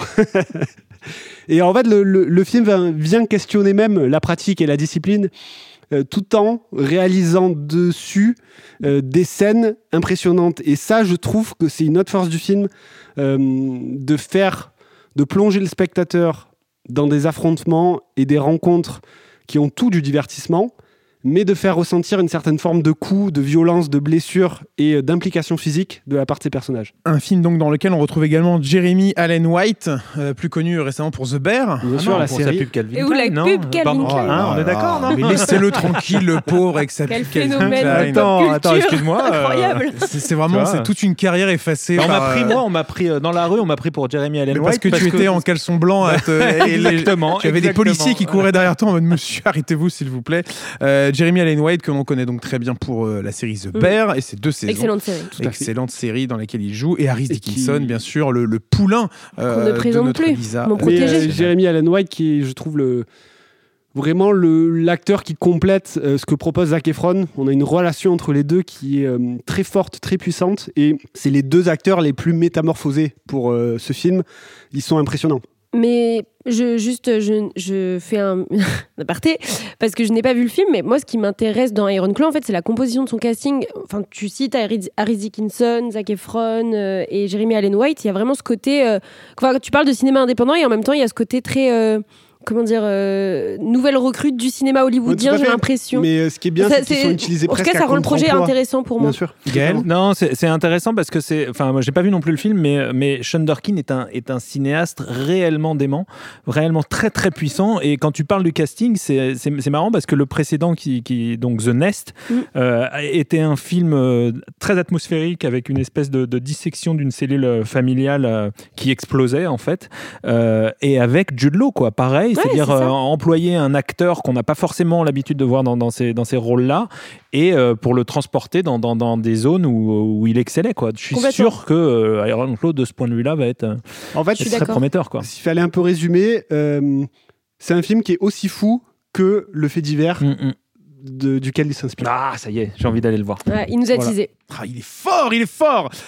Et en fait, le, le, le film vient, vient questionner même la pratique et la discipline, euh, tout en réalisant dessus euh, des scènes impressionnantes. Et ça, je trouve que c'est une autre force du film, euh, de faire, de plonger le spectateur dans des affrontements et des rencontres qui ont tout du divertissement, mais de faire ressentir une certaine forme de coup, de violence, de blessure et d'implication physique de la part de ces personnages. Un film donc dans lequel on retrouve également Jeremy Allen White, euh, plus connu récemment pour The Bear. Bien sûr, la pour série. sa pub Calvin Et où la Klein, non pub Calvin Pardon. Klein. Hein, on est d'accord, non Mais laissez-le tranquille, le pauvre, avec sa Quel pub Calvin phénomène Klein. de pop Attends, culture. attends, excuse-moi, euh, Incroyable. C'est, c'est vraiment, Tu vois, c'est toute une carrière effacée. On m'a par, pris, euh, moi, on m'a pris euh, dans la rue, on m'a pris pour Jeremy Allen mais White. parce que tu étais en caleçon blanc à te- et les- Exactement, tu avais des exactement. policiers qui couraient derrière toi en mode monsieur, arrêtez-vous s'il vous plaît. Euh, Jeremy Allen White, que l'on connaît donc très bien pour euh, la série The Bear et ses deux saisons. Excellente série. Excellente série dans laquelle il joue. Et Harris Et Dickinson, qui- bien sûr, le, le poulain euh, Qu'on ne de présente notre plus. Lisa. Mon Mais protégé. euh, Jeremy Allen White, qui est, je trouve, le, vraiment le, l'acteur qui complète euh, ce que propose Zac Efron. On a une relation entre les deux qui est euh, très forte, très puissante. Et c'est les deux acteurs les plus métamorphosés pour euh, ce film. Ils sont impressionnants. Mais je, juste, je, je fais un, un aparté parce que je n'ai pas vu le film, mais moi, ce qui m'intéresse dans Iron Claw, en fait, c'est la composition de son casting. Enfin, tu cites Harry, Harry Dickinson, Zac Efron euh, et Jeremy Allen White. Il y a vraiment ce côté. Euh, enfin, tu parles de cinéma indépendant et en même temps, il y a ce côté très. Euh, comment dire, euh, nouvelle recrute du cinéma hollywoodien, Ouais, tout à j'ai fait. l'impression. Mais euh, ce qui est bien, Ça, c'est qu'ils c'est- sont utilisés en tout presque cas, à ça rend le projet contre-emploi. intéressant pour moi. Bien sûr. Gaël Non, c'est, c'est intéressant parce que c'est. Enfin, moi, j'ai pas vu non plus le film, mais, mais Sean Durkin est un, est un cinéaste réellement dément, réellement très très puissant. Et quand tu parles du casting, c'est, c'est, c'est marrant parce que le précédent, qui, qui donc The Nest, Mm. euh, était un film euh, très atmosphérique avec une espèce de, de dissection d'une cellule familiale euh, qui explosait en fait, euh, et avec Jude Law, quoi. Pareil, Ouais, c'est-à-dire c'est ça. euh, employer un acteur qu'on n'a pas forcément l'habitude de voir dans, dans ces, dans ces rôles-là et euh, pour le transporter dans, dans, dans des zones où, où il excellait, quoi. Je suis Complètement. sûr que euh, Iron Claw, de ce point de vue-là, va être, euh, En fait, être suis très d'accord. prometteur, quoi. s'il fallait un peu résumer, euh, c'est un film qui est aussi fou que le fait divers Mm, mm. de- duquel il s'inspire. Ah, ça y est, j'ai envie d'aller le voir. Ouais, il nous a Voilà. teasé. Ah, il est fort, il est fort.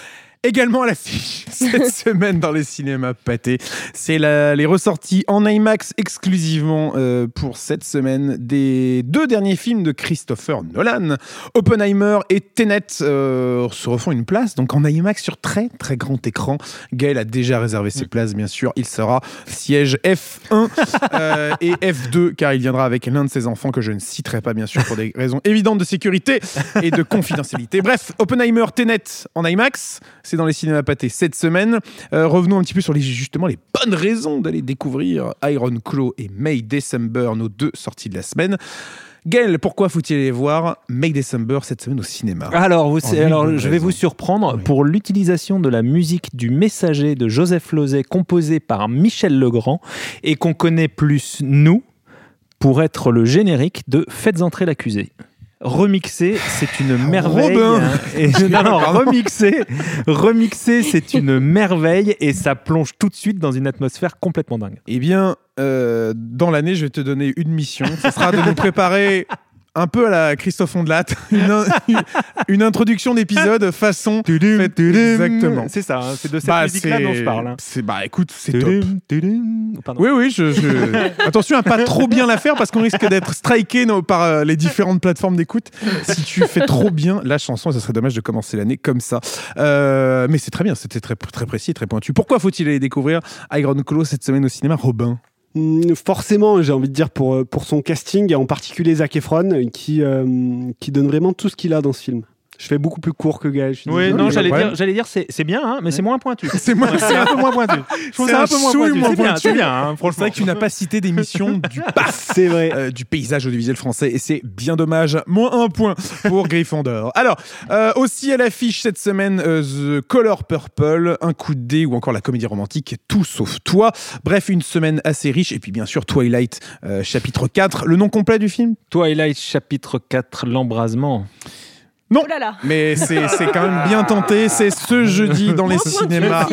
Également à l'affiche cette semaine dans les cinémas pâtés, c'est la, les ressorties en IMAX exclusivement euh, pour cette semaine des deux derniers films de Christopher Nolan. Oppenheimer et Tenet euh, se refont une place, donc en IMAX sur très très grand écran. Gaël a déjà réservé ses places, bien sûr. Il sera siège F un euh, et F deux, car il viendra avec l'un de ses enfants que je ne citerai pas, bien sûr, pour des raisons évidentes de sécurité et de confidentialité. Bref, Oppenheimer, Tenet en IMAX, c'est dans les cinémas pâtés cette semaine. Euh, revenons un petit peu sur les, justement les bonnes raisons d'aller découvrir Iron Claw et May December, nos deux sorties de la semaine. Gaël, pourquoi faut-il aller voir May December cette semaine au cinéma ? Alors, vous, En alors mille je vais raisons. vous surprendre Oui. pour l'utilisation de la musique du Messager de Joseph Losey, composée par Michel Legrand, et qu'on connaît plus, nous, pour être le générique de Faites entrer l'accusé. Remixé, c'est une merveille. Robin. hein, et, non, non, remixé, remixé, c'est une merveille et ça plonge tout de suite dans une atmosphère complètement dingue. Eh bien, euh, dans l'année, je vais te donner une mission. Ce sera de nous préparer un peu à la Christophe Ondelat, une, in- une introduction d'épisode façon... Faites- Exactement. C'est ça, hein, c'est de cette Bah, musique-là c'est- dont je parle. hein. C'est, bah écoute, c'est top. Pardon. Oui, oui, je, je- attention à pas trop bien la faire parce qu'on risque d'être striké no, par euh, les différentes plateformes d'écoute. Si tu fais trop bien la chanson, ça serait dommage de commencer l'année comme ça. Euh, mais c'est très bien, c'était très, très précis, très pointu. Pourquoi faut-il aller découvrir Iron Claw cette semaine au cinéma, Robin ? Mm, Forcément, j'ai envie de dire pour, pour son casting, et en particulier Zac Efron, qui, euh, qui donne vraiment tout ce qu'il a dans ce film. Je fais beaucoup plus court que Gaël. je suis Oui, désolé. non, j'allais ouais. dire, j'allais dire c'est, c'est bien, hein, mais c'est moins pointu. C'est moins- c'est un peu moins pointu. Je trouve C'est ça un un peu moins chouille pointu. moins C'est bien, pointu. c'est bien, hein, C'est franchement. vrai que tu n'as pas cité d'émission du P A F, C'est vrai. euh, du paysage audiovisuel français, et c'est bien dommage. Moins un point pour Gryffondor. Alors, euh, aussi à l'affiche cette semaine, euh, The Color Purple, Un coup de dé ou encore la comédie romantique Tout sauf toi. Bref, une semaine assez riche. Et puis bien sûr, Twilight, euh, chapitre quatre. Le nom complet du film ? Twilight chapitre quatre, l'embrasement. Non, Oh là là. mais c'est, c'est quand même bien tenté. C'est ce jeudi dans les cinémas.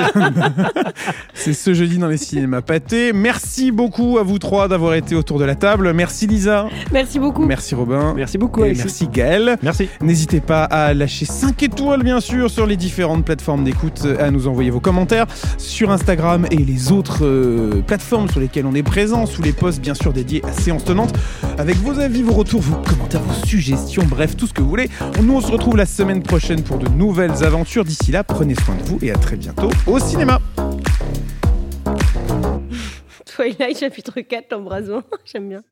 C'est ce jeudi dans les cinémas pâtés. Merci beaucoup à vous trois d'avoir été autour de la table. Merci Lisa. Merci beaucoup. Merci Robin. Merci beaucoup, Et Alexis. merci Gaël. Merci. N'hésitez pas à lâcher cinq étoiles, bien sûr, sur les différentes plateformes d'écoute, à nous envoyer vos commentaires sur Instagram et les autres euh, plateformes sur lesquelles on est présent, sous les posts, bien sûr, dédiés à Séance Tenante, avec vos avis, vos retours, vos commentaires, vos suggestions, bref, tout ce que vous voulez. Nous, on se retrouve la semaine prochaine pour de nouvelles aventures. D'ici là, prenez soin de vous et à très bientôt au cinéma. Twilight chapitre quatre, l'embrasement. J'aime bien.